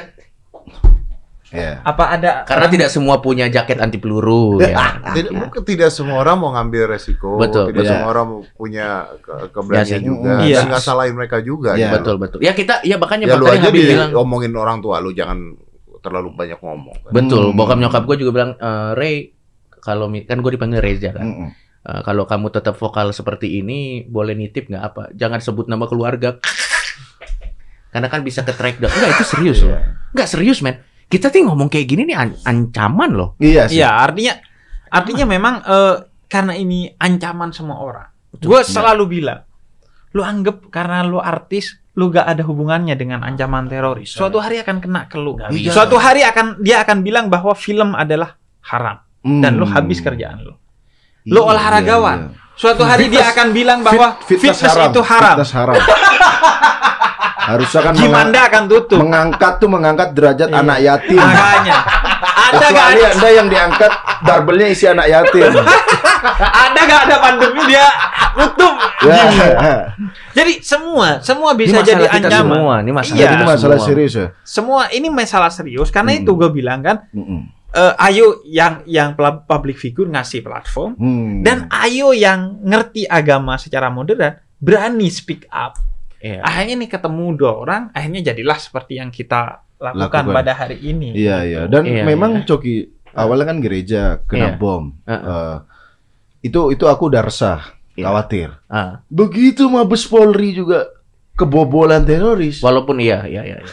Apa ada? Karena tidak semua punya jaket anti peluru. Tidak semua orang mau ngambil resiko. Betul. Tidak semua orang mau punya keberanian juga. Nggak salahin mereka juga. Betul. Ya kita, makanya lu aja ngomongin orang tua lu, jangan terlalu banyak ngomong. Betul. Bokap nyokap gue juga bilang, Ray, kalau kan gue dipanggil Reza kan. Kalau kamu tetap vokal seperti ini, boleh nitip nggak apa? Jangan sebut nama keluarga. Karena kan bisa ke track down. Enggak, itu serius loh. Enggak serius, men. Kita tuh ngomong kayak gini nih ancaman loh. Iya sih. Iya, artinya memang karena ini ancaman semua orang. Gue selalu bilang, lu anggap karena lu artis, lu gak ada hubungannya dengan ancaman teroris. Suatu hari akan kena ke lu. Suatu hari dia akan bilang bahwa film adalah haram dan lu habis kerjaan lu. Lu olahragawan. Suatu hari dia akan bilang bahwa fitness itu haram. Fitness haram. Harusnya kan Gimanda akan tutup. Mengangkat derajat anak yatim. Makanya. Kecuali Anda yang diangkat barbelnya isi anak yatim. Ada pandemi dia tutup. Jadi semua bisa jadi ancaman. Ini masalah serius ya. Semua ini masalah serius karena itu gue bilang kan. Ayo yang public figure ngasih platform dan ayo yang ngerti agama secara modern berani speak up. Akhirnya nih ketemu 2 orang, akhirnya jadilah seperti yang kita lakukan pada hari ini. Iya. Dan memang Coki awalnya kan gereja kena bom. Itu aku udah resah, khawatir. Begitu Mabes Polri juga kebobolan teroris. Walaupun iya.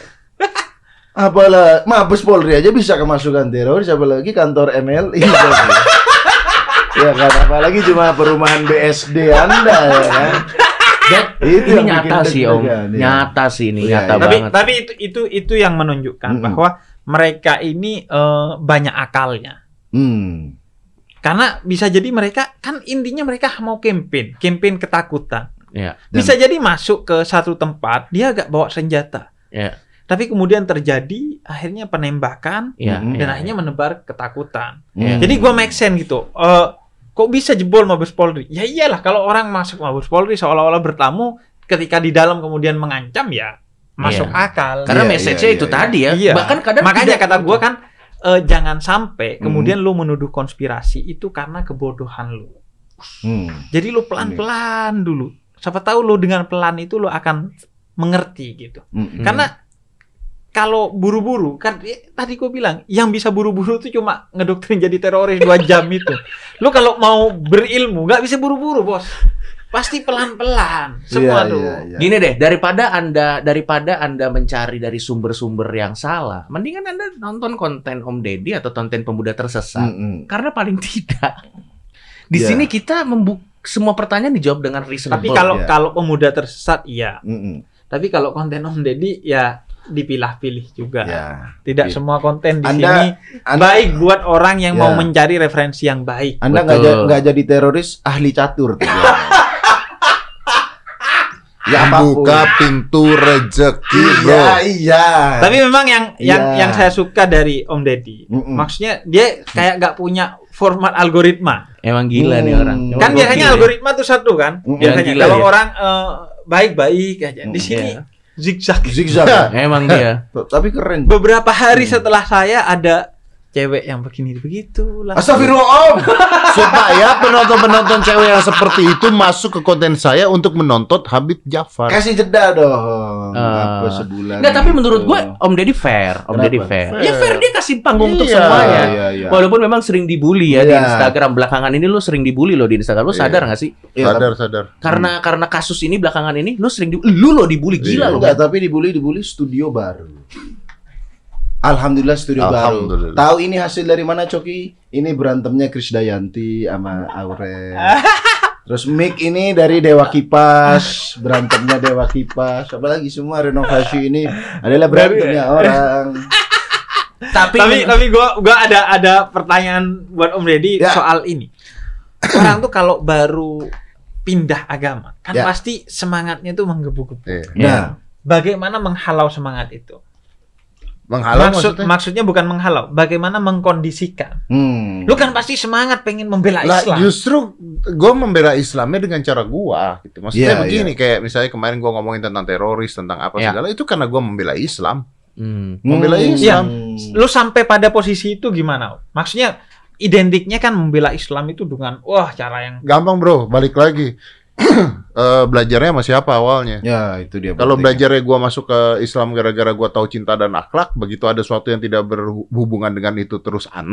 Apalah Mabes Polri aja bisa kemasukan teroris, apalagi kantor MLI. Ya kan, apalagi cuma perumahan BSD Anda ya kan. Itu ini nyata sih Om, nyata sih ini, nyata banget. Tapi itu yang menunjukkan bahwa mereka ini banyak akalnya. Karena bisa jadi mereka kan intinya mereka mau campaign ketakutan. Bisa jadi masuk ke satu tempat dia agak bawa senjata. Tapi kemudian terjadi akhirnya penembakan dan akhirnya menebar ketakutan. Jadi gua make sense gitu. Kok bisa jebol Mabes Polri? Ya iyalah kalau orang masuk Mabes Polri seolah-olah bertamu, ketika di dalam kemudian mengancam ya masuk akal. Karena message-nya itu tadi ya. Bahkan kadang makanya kata gua kan jangan sampai kemudian lu menuduh konspirasi itu karena kebodohan lu. Jadi lu pelan-pelan dulu. Siapa tahu lu dengan pelan itu lu akan mengerti gitu. Karena kalau buru-buru, kan tadi gue bilang, yang bisa buru-buru itu cuma ngedoktrin jadi teroris 2 jam itu. Lu kalau mau berilmu, nggak bisa buru-buru, bos. Pasti pelan-pelan. Semua tuh. Gini deh, daripada anda mencari dari sumber-sumber yang salah, mendingan Anda nonton konten Om Deddy atau konten Pemuda Tersesat. Karena paling tidak, di sini kita semua pertanyaan dijawab dengan reasonable. Tapi kalau Pemuda Tersesat, iya. Tapi kalau konten Om Deddy, ya dipilah-pilih juga. Tidak semua konten di sini baik buat orang yang mau mencari referensi yang baik. Anda nggak jadi teroris, ahli catur. Buka pintu rezeki, bro. Iya. Tapi memang yang saya suka dari Om Deddy, maksudnya dia kayak nggak punya format algoritma. Emang gila nih orang. Kan biasanya algoritma tuh satu kan. Biasanya kalau orang baik-baik aja. Di sini zigzag. Emang dia. Tapi keren. Beberapa hari setelah saya ada cewek yang begini begitu lah. Astagfirullah Om. Supaya penonton-penonton cewek yang seperti itu masuk ke konten saya untuk menonton Habib Jafar. Kasih jeda dong. Apa sebulan. Nggak, tapi menurut gue Om Deddy fair. Ya fair, dia kasih panggung untuk semuanya. Walaupun memang sering dibully ya di Instagram. Belakangan ini lu sering dibully loh di Instagram. Lu sadar nggak sih? Sadar. Karena kasus ini belakangan ini lu sering lu lo dibully gila lo. Enggak, tapi dibully studio baru. Alhamdulillah studio baru. Tahu ini hasil dari mana, Coki? Ini berantemnya Krisdayanti sama Aurel. Terus mic ini dari Dewa Kipas, berantemnya Dewa Kipas. Apalagi semua renovasi ini adalah berantemnya orang. Tapi gua ada pertanyaan buat Om Deddy soal ini. Orang tuh kalau baru pindah agama, kan pasti semangatnya tuh menggebu-gebu. Nah, bagaimana menghalau semangat itu? Menghalau maksudnya bukan menghalau, bagaimana mengkondisikan. Lu kan pasti semangat pengen membela Islam. Justru gue membela Islamnya dengan cara gue gitu. Maksudnya begini, kayak misalnya kemarin gue ngomongin tentang teroris, tentang apa segala, itu karena gue membela Islam. Membela Islam. Lu sampai pada posisi itu gimana? Maksudnya identiknya kan membela Islam itu dengan cara yang gampang, bro. Balik lagi. Belajarnya sama siapa awalnya? Ya, itu dia. Kalau belajarnya gue masuk ke Islam gara-gara gue tahu cinta dan akhlak, begitu ada sesuatu yang tidak berhubungan dengan itu terus aneh,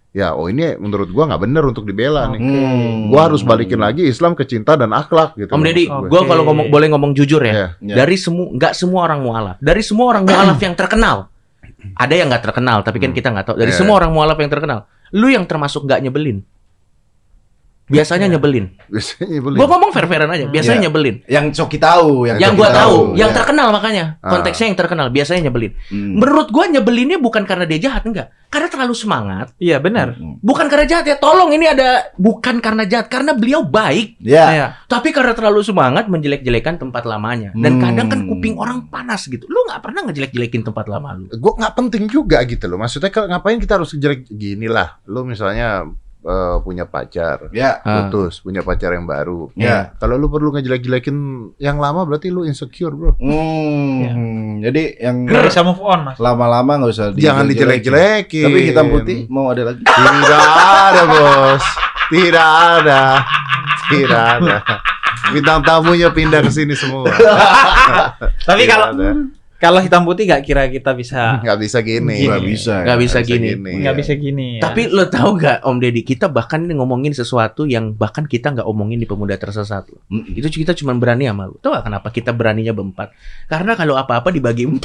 ya ini menurut gua nggak bener untuk dibela nih. Gua harus balikin lagi Islam ke cinta dan akhlak gitu. Om Deddy, gua kalau boleh ngomong jujur ya, dari nggak semua orang mualaf, dari semua orang mualaf yang terkenal, ada yang nggak terkenal, tapi kan kita nggak tahu. Dari semua orang mualaf yang terkenal, lu yang termasuk nggak nyebelin. Biasanya nyebelin. Gua ngomong fair-fairan aja. Biasanya nyebelin. Yang Coki tahu, yang gua tahu, yang terkenal makanya. Konteksnya yang terkenal, biasanya nyebelin. Menurut gua nyebelinnya bukan karena dia jahat, enggak. Karena terlalu semangat. Iya, benar. Bukan karena jahat ya. Tolong ini ada bukan karena jahat, karena beliau baik. Iya. Tapi karena terlalu semangat menjelek-jelekan tempat lamanya. Dan kadang kan kuping orang panas gitu. Lu nggak pernah ngejelek-jelekin tempat lama lu. Gua nggak penting juga gitu loh. Maksudnya ngapain kita harus jelek gini lah. Lu misalnya punya pacar, putus, punya pacar yang baru. Kalau lu perlu ngejelek-jelekin yang lama, berarti lu insecure, bro. Jadi yang nggak bisa move on, Mas. Lama-lama nggak usah. Jangan dijelek-jelekin. Tapi hitam putih mau ada lagi? Tidak ada, bos. Tidak ada. Tidak ada. Bintang tamunya pindah ke sini semua. Tapi kalau hitam putih nggak kira kita bisa gini. Nggak bisa gini. Ya. Tapi lo tahu nggak Om Deddy, kita bahkan ini ngomongin sesuatu yang bahkan kita nggak omongin di Pemuda Tersesat loh. Itu kita cuma berani sama lo. Tahu nggak kenapa kita beraninya berempat? Karena kalau apa-apa dibagi 4.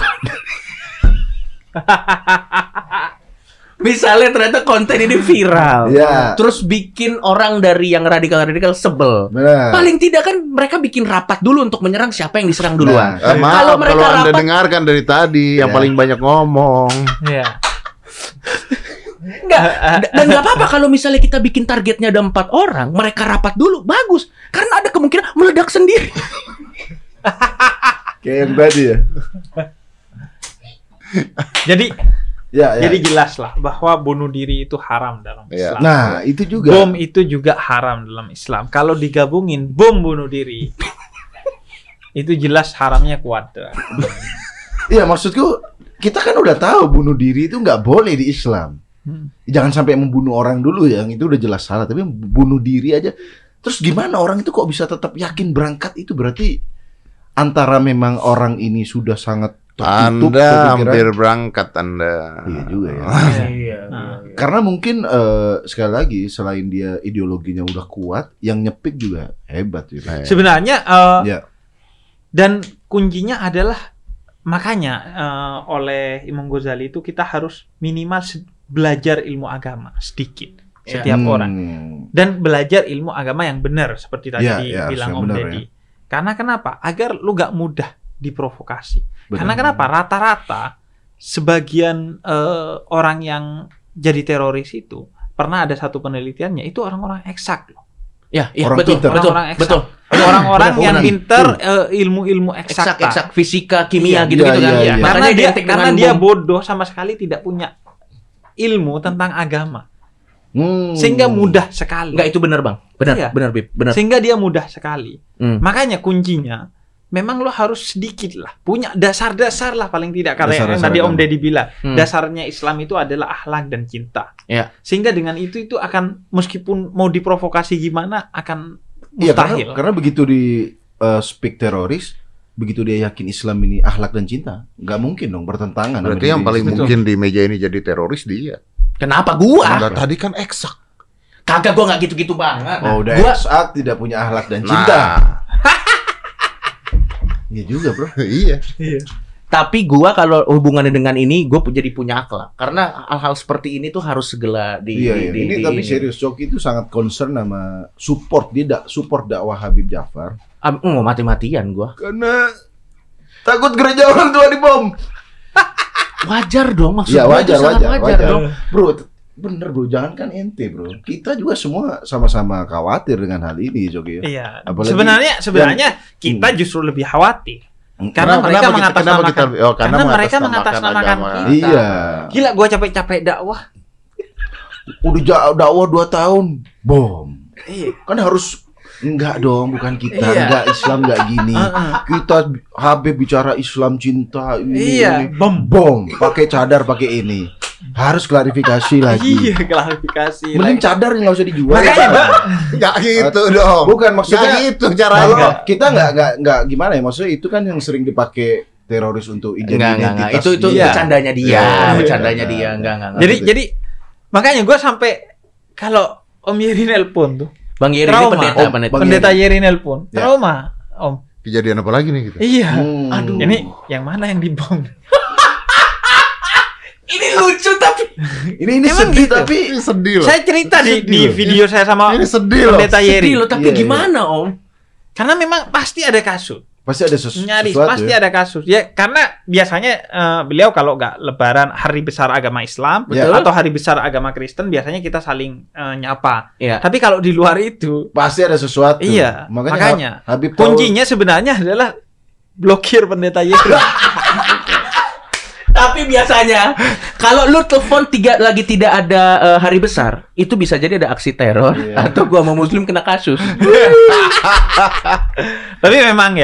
Misalnya ternyata konten ini viral, terus bikin orang dari yang radikal sebel. Paling tidak kan mereka bikin rapat dulu untuk menyerang siapa yang diserang duluan. Kalau Anda dengarkan dari tadi yang paling banyak ngomong. Enggak, dan nggak apa-apa kalau misalnya kita bikin targetnya ada 4 orang, mereka rapat dulu, bagus. Karena ada kemungkinan meledak sendiri. Kayak yang tadi ya. Jadi jelas lah bahwa bunuh diri itu haram dalam Islam. Nah, itu juga. Bom itu juga haram dalam Islam. Kalau digabungin bom bunuh diri, itu jelas haramnya kuat. Iya, maksudku kita kan udah tahu bunuh diri itu nggak boleh di Islam. Jangan sampai membunuh orang dulu, yang itu udah jelas salah. Tapi bunuh diri aja. Terus gimana orang itu kok bisa tetap yakin berangkat? Itu berarti antara memang orang ini sudah sangat tertutup, Anda hampir berangkat Anda. Iya juga ya. Karena mungkin sekali lagi selain dia ideologinya udah kuat, yang nyepik juga hebat gitu. Sebenarnya dan kuncinya adalah makanya oleh Imam Ghazali itu kita harus minimal belajar ilmu agama sedikit setiap orang dan belajar ilmu agama yang benar seperti tadi bilang Om Deddy. Karena kenapa? Agar lu gak mudah diprovokasi. Karena kenapa? Rata-rata sebagian orang yang jadi teroris itu pernah ada satu penelitiannya itu orang-orang eksak loh. Betul. Orang-orang yang pintar ilmu-ilmu eksak, fisika, kimia gitu-gitu kan. Karena dia bodoh sama sekali tidak punya ilmu tentang agama. Sehingga mudah sekali. Enggak, itu benar, Bang. Benar, Bib. Sehingga dia mudah sekali. Makanya kuncinya memang lo harus sedikit lah punya dasar-dasar lah paling tidak, karena yang tadi Om Deddy bilang dasarnya Islam itu adalah akhlak dan cinta. Sehingga dengan itu akan meskipun mau diprovokasi gimana akan mustahil. Karena begitu di speak teroris, begitu dia yakin Islam ini akhlak dan cinta, nggak mungkin dong bertentangan. Berarti yang paling mungkin di meja ini jadi teroris dia. Kenapa gua? Tadi kan eksak. Kagak, gua nggak gitu-gitu banget. Udah eksak, tidak punya akhlak dan cinta. Iya juga, bro. Iya. Tapi gua kalau hubungannya dengan ini, gua jadi punya akhlak. Karena hal-hal seperti ini tuh harus segera ini tapi serius, Coki itu sangat concern sama support. Dia support dakwah Habib Ja'far. Mau mati-matian gua. Karena takut gereja orang tua dibom. Wajar dong, maksudnya. Ya wajar dong. Bro, bener bro, jangan kan ente bro. Kita juga semua sama-sama khawatir dengan hal ini, Coki. Iya. Sebenarnya kita justru lebih khawatir. Karena mereka mengatasnamakan kita. Iya. Gila, gua capek-capek dakwah. Udah dakwah 2 tahun, bom. Kan harus enggak dong, bukan kita, enggak Islam enggak gini. Kita Habib bicara Islam cinta ini. Bom, pakai cadar, pakai ini. Harus klarifikasi lagi. Iya, klarifikasi. Mending cadar nggak usah dijual. Nggak gitu dong. Bukan, maksudnya gitu caranya. Kita nggak gimana ya? Maksudnya itu kan yang sering dipakai teroris untuk identitas. Itu bercandanya dia, enggak. Jadi Makanya gue sampai kalau Om Yeri nelpon tuh. Bang Yeri ini pendeta Yeri nelpon. Trauma, Om. Kejadian apa lagi nih kita? Iya. Aduh. Ini yang mana yang dibom? Ini lucu tapi ini sedih gitu. Tapi ini sedih loh. Saya cerita di video saya sama ini sedih pendeta Yeri. Sedih loh, tapi gimana Om? Karena memang pasti ada kasus. Pasti ada nyaris sesuatu pasti ada kasus. Ya karena biasanya beliau kalau nggak Lebaran hari besar agama Islam atau hari besar agama Kristen biasanya kita saling nyapa. Tapi kalau di luar itu pasti ada sesuatu. Iya. Makanya Habib kuncinya sebenarnya adalah blokir pendeta Yeri. Tapi biasanya kalau lu telepon lagi tidak ada hari besar, itu bisa jadi ada aksi teror atau gua sama Muslim kena kasus. Tapi memang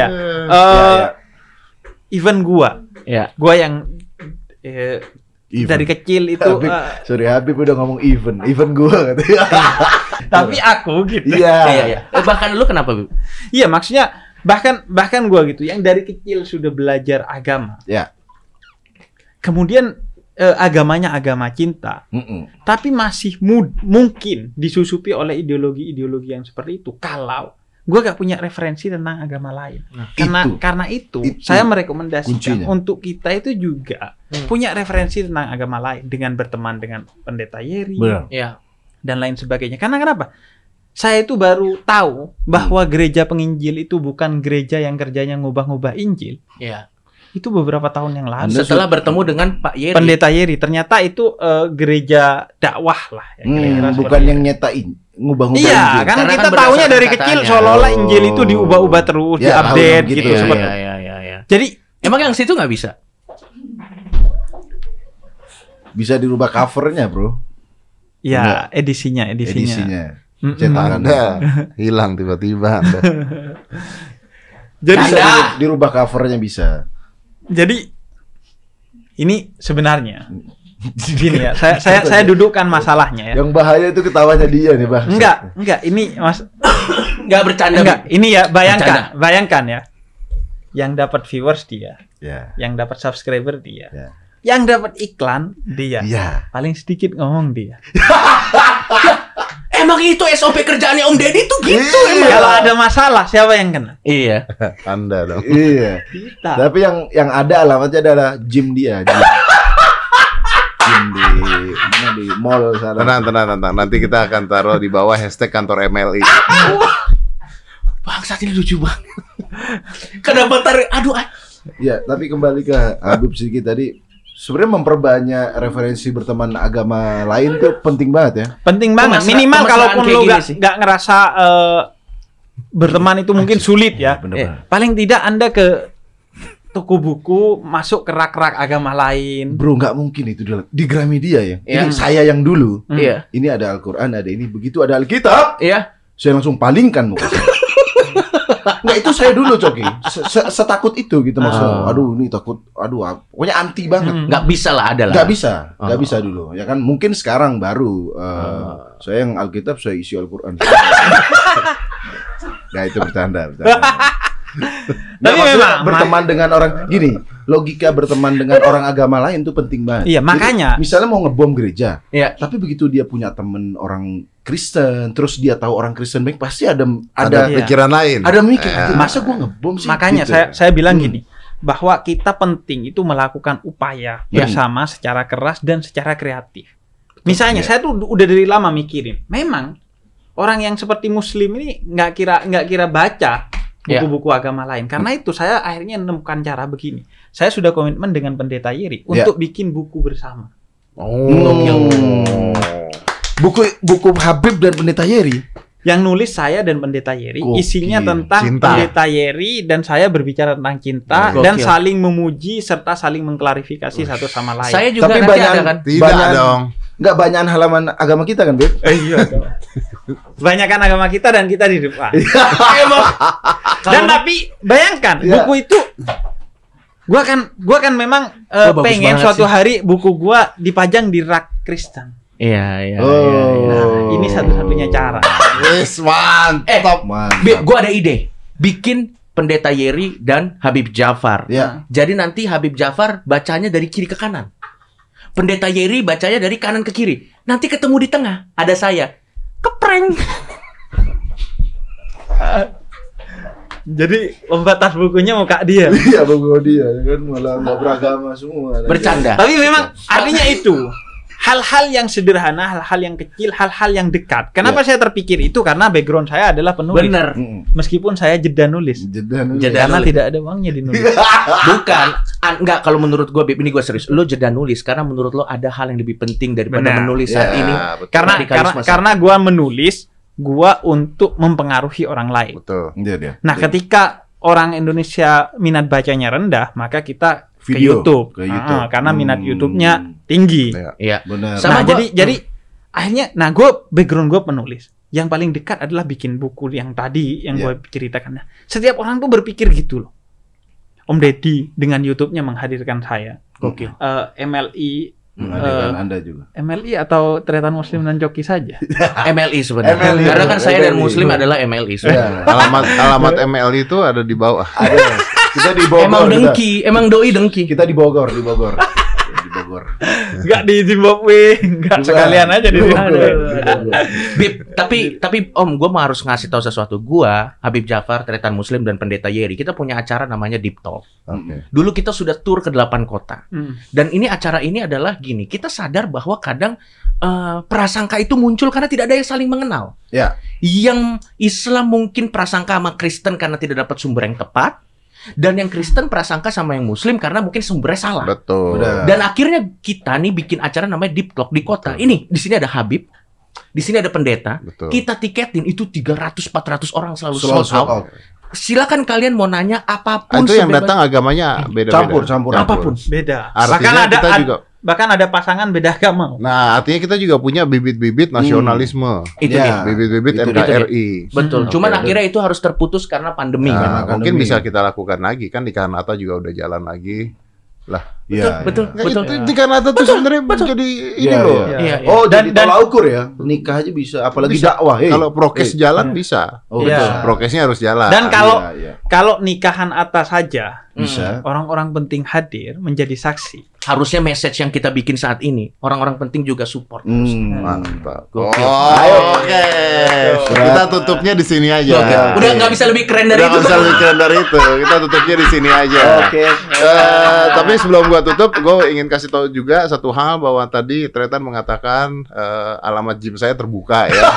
even gua yang dari kecil itu Habib udah ngomong even gua katanya. Tapi aku gitu. Iya. Bahkan lu kenapa, Bu? Iya, maksudnya bahkan gua gitu yang dari kecil sudah belajar agama. Iya. Kemudian agamanya agama cinta, tapi masih mungkin disusupi oleh ideologi-ideologi yang seperti itu. Kalau gue gak punya referensi tentang agama lain, karena itu saya merekomendasikan untuk kita itu juga punya referensi tentang agama lain dengan berteman dengan pendeta Yeri dan lain sebagainya. Karena kenapa? Saya itu baru tahu bahwa gereja penginjil itu bukan gereja yang kerjanya ngubah-ngubah Injil. Itu beberapa tahun yang lalu. Setelah bertemu dengan Pak Yeri. Pendeta Yeri. Ternyata itu gereja dakwah lah. Bukan yang nyetain, ngubah-ngubah Injil. Iya, kan kita tahunya dari kecil seolah-olah Injil itu diubah-ubah terus, diupdate gitu. Jadi, emang yang situ nggak bisa? Bisa dirubah covernya, bro. Ya, edisinya. Cetakan Anda hilang tiba-tiba Anda. Jadi dirubah covernya bisa. Jadi ini sebenarnya gini ya. Saya dudukkan masalahnya ya. Yang bahaya itu ketawanya dia nih, Bang. Enggak, ini Mas enggak bercanda. Enggak, ini ya bayangkan ya. Yang dapat viewers dia. Yang dapat subscriber dia. Yang dapat iklan dia. Paling sedikit ngomong dia. Emang itu SOP kerjaannya Om Deddy tuh gitu emang. Kalau ada masalah siapa yang kena? Iya. Anda dong. Iya. Kita. Tapi yang ada alamatnya adalah gym dia. Gym di mall sana. Tenang. Nanti kita akan taruh di bawah hashtag kantor MLI. Bangsat ini lucu banget. Kenapa aduh. Ya, tapi kembali ke Habib sedikit tadi. Sebenarnya memperbanyak referensi berteman agama lain tuh penting banget ya. Penting banget. Minimal kalaupun lo nggak ngerasa berteman itu mungkin sulit ya. Paling tidak Anda ke toko buku, masuk ke rak-rak agama lain. Bro, nggak mungkin itu di Gramedia ya. Ini saya yang dulu. Ini ada Al-Quran, ada ini. Begitu ada Alkitab. Saya langsung palingkan muka saya. Nggak, itu saya dulu, Coki. Setakut itu gitu maksudnya. Aduh, ini takut. Aduh, pokoknya anti banget. Nggak bisa lah, ada lah. Nggak bisa dulu. Ya kan, mungkin sekarang baru. Saya yang Alkitab, saya isi Al-Quran. Nah, itu bercanda. Tapi memang berteman dengan orang gini, logika berteman dengan orang agama lain itu penting banget. Iya, makanya. Jadi, misalnya mau ngebom gereja, tapi begitu dia punya temen orang Kristen, terus dia tahu orang Kristen baik, pasti ada pikiran lain. Ada mikir, masa gua ngebom sih? Makanya gitu. saya bilang gini, bahwa kita penting itu melakukan upaya bersama secara keras dan secara kreatif. Misalnya saya tuh udah dari lama mikirin, memang orang yang seperti Muslim ini nggak kira baca buku-buku agama lain. Karena itu saya akhirnya menemukan cara begini. Saya sudah komitmen dengan pendeta Yeri untuk bikin buku bersama. Buku Habib dan pendeta Yeri. Yang nulis saya dan pendeta Yeri, isinya tentang pendeta Yeri dan saya berbicara tentang cinta dan saling memuji serta saling mengklarifikasi satu sama lain. Saya juga tapi nanti ada kan? Tidak dong. Nggak banyak halaman agama kita kan, Beb? Iya. Banyakan agama kita dan kita di depan. Dan tapi bayangkan buku itu gua kan memang pengen suatu hari buku gua dipajang di rak Kristen. Iya. Nah, ini satu-satunya cara. Yes, mantap. Gue ada ide. Bikin pendeta Yeri dan Habib Jafar. Jadi nanti Habib Jafar bacanya dari kiri ke kanan. Pendeta Yeri bacanya dari kanan ke kiri. Nanti ketemu di tengah, ada saya. Keprank. Jadi pembatas bukunya muka dia. Iya, buku dia kan malah nggak beragama semua. Bercanda. Tapi memang artinya itu. Hal-hal yang sederhana, hal-hal yang kecil, hal-hal yang dekat. Kenapa saya terpikir itu? Karena background saya adalah penulis. Bener. Meskipun saya jeda nulis. Jeda nulis. Karena tidak ada uangnya di nulis. Bukan. Enggak, kalau menurut gue, Bib, ini gue serius. Lo jeda nulis karena menurut lo ada hal yang lebih penting daripada Benar. menulis saat ini. betul. Karena gue menulis, gue untuk mempengaruhi orang lain. Betul. Iya dia. Nah, ketika orang Indonesia minat bacanya rendah, maka kita ke Video, YouTube. ke YouTube. Karena minat YouTube-nya tinggi. Iya. Iya. Benar. Sama Nah, gua- jadi akhirnya, gue background gue penulis. Yang paling dekat adalah bikin buku yang tadi yang gue ceritakan. Nah, setiap orang tuh berpikir gitu loh. Om Deddy dengan YouTube-nya menghadirkan saya. Gokil. MLI Menghadirkan Anda juga. MLI atau Tretan Muslim dan Coki saja. MLI sebenarnya. MLI. Karena kan saya dan MLI. Muslim adalah MLI. sebenarnya. Alamat MLI itu ada di bawah. Ada. Kita di Bogor. Emang kita. dengki, emang doi dengki. Kita di Bogor. Di Bogor. Enggak di Zimbabwe, enggak sekalian aja di Zimbabwe. Bib, tapi Om, gue mau harus ngasih tahu sesuatu. Gua, Habib Jafar, Tretan Muslim dan Pendeta Yeri, kita punya acara namanya Deep Talk. Oke. Dulu kita sudah tur ke 8 kota. Dan ini acara ini adalah gini, kita sadar bahwa kadang prasangka itu muncul karena tidak ada yang saling mengenal. Ya. Yang Islam mungkin prasangka sama Kristen karena tidak dapat sumber yang tepat. Dan yang Kristen prasangka sama yang Muslim karena mungkin sumbernya salah. Betul. Udah. Dan akhirnya kita nih bikin acara namanya Deep Talk di kota. Ini di sini ada Habib, di sini ada pendeta. Betul. Kita tiketin itu 300-400 orang selalu Selalu sold out. Silakan kalian mau nanya apapun. Itu yang sebebas- datang agamanya beda-beda. Campur. apapun. Beda. Artinya kita juga. Bahkan ada pasangan beda agama. Nah, artinya kita juga punya bibit-bibit nasionalisme. Itu Ya. dia. Bibit-bibit Itu NKRI. Betul. Hmm, Cuman oke. akhirnya itu harus terputus karena pandemi. Nah, Karena mungkin pandemi. bisa kita lakukan lagi kan di Kanata juga udah jalan lagi. Iya. betul. Nah, itu di Kanata tuh sebenarnya jadi ini Iya, loh. iya. Iya, iya. Oh, Dan- jadi tolak ukur ya. Nikah aja bisa, apalagi Bisa. dakwah. Kalau prokes jalan bisa. Oh, Iya. betul. Prokesnya harus jalan. Dan kalau Iya, iya. kalau nikahan atas saja, Bisa. orang-orang penting hadir menjadi saksi. Harusnya message yang kita bikin saat ini, orang-orang penting juga support. Mantap. Gokil. Oh, oke. Kita tutupnya di sini aja. Gokil. Udah nggak bisa lebih keren dari Udah itu. nggak bisa lebih keren dari itu. Kita tutupnya di sini aja. Oke. Tapi sebelum gua tutup, gue ingin kasih tahu juga satu hal bahwa tadi Tretan mengatakan alamat gym saya terbuka ya.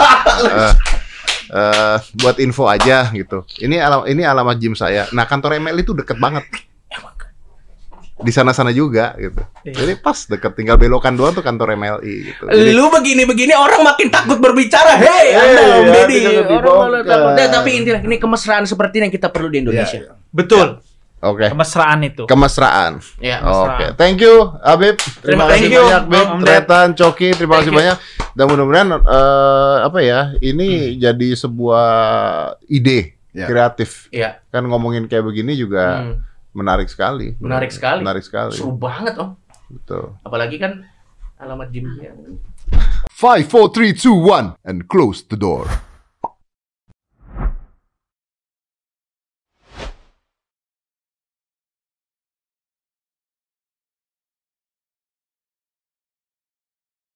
Buat info aja gitu. Ini alamat gym saya. Nah, kantor ML itu deket banget. Di sana-sana juga gitu. Jadi pas deket, tinggal belokan doang tuh kantor MLI gitu. Jadi, Lu begini-begini orang makin takut berbicara. Hei, Anda Om ya, Deddy. jangan Orang dibongkar. malah takut. Nah, tapi intinya ini kemesraan seperti ini yang kita perlu di Indonesia. Iya, iya. Betul. oke. Kemesraan itu. Kemesraan. Ya. Oke, thank you Habib. Terima kasih Thank you, banyak Bib, Om Ded. Tretan, Coki, terima kasih banyak. Dan mudah-mudahan ini jadi sebuah ide Ya. kreatif. Iya. Kan ngomongin kayak begini juga menarik sekali. Menarik sekali. Menarik sekali. Seru banget Om. Betul. Apalagi kan alamat gymnya. 5, 4, 3, 2, 1, and close the door.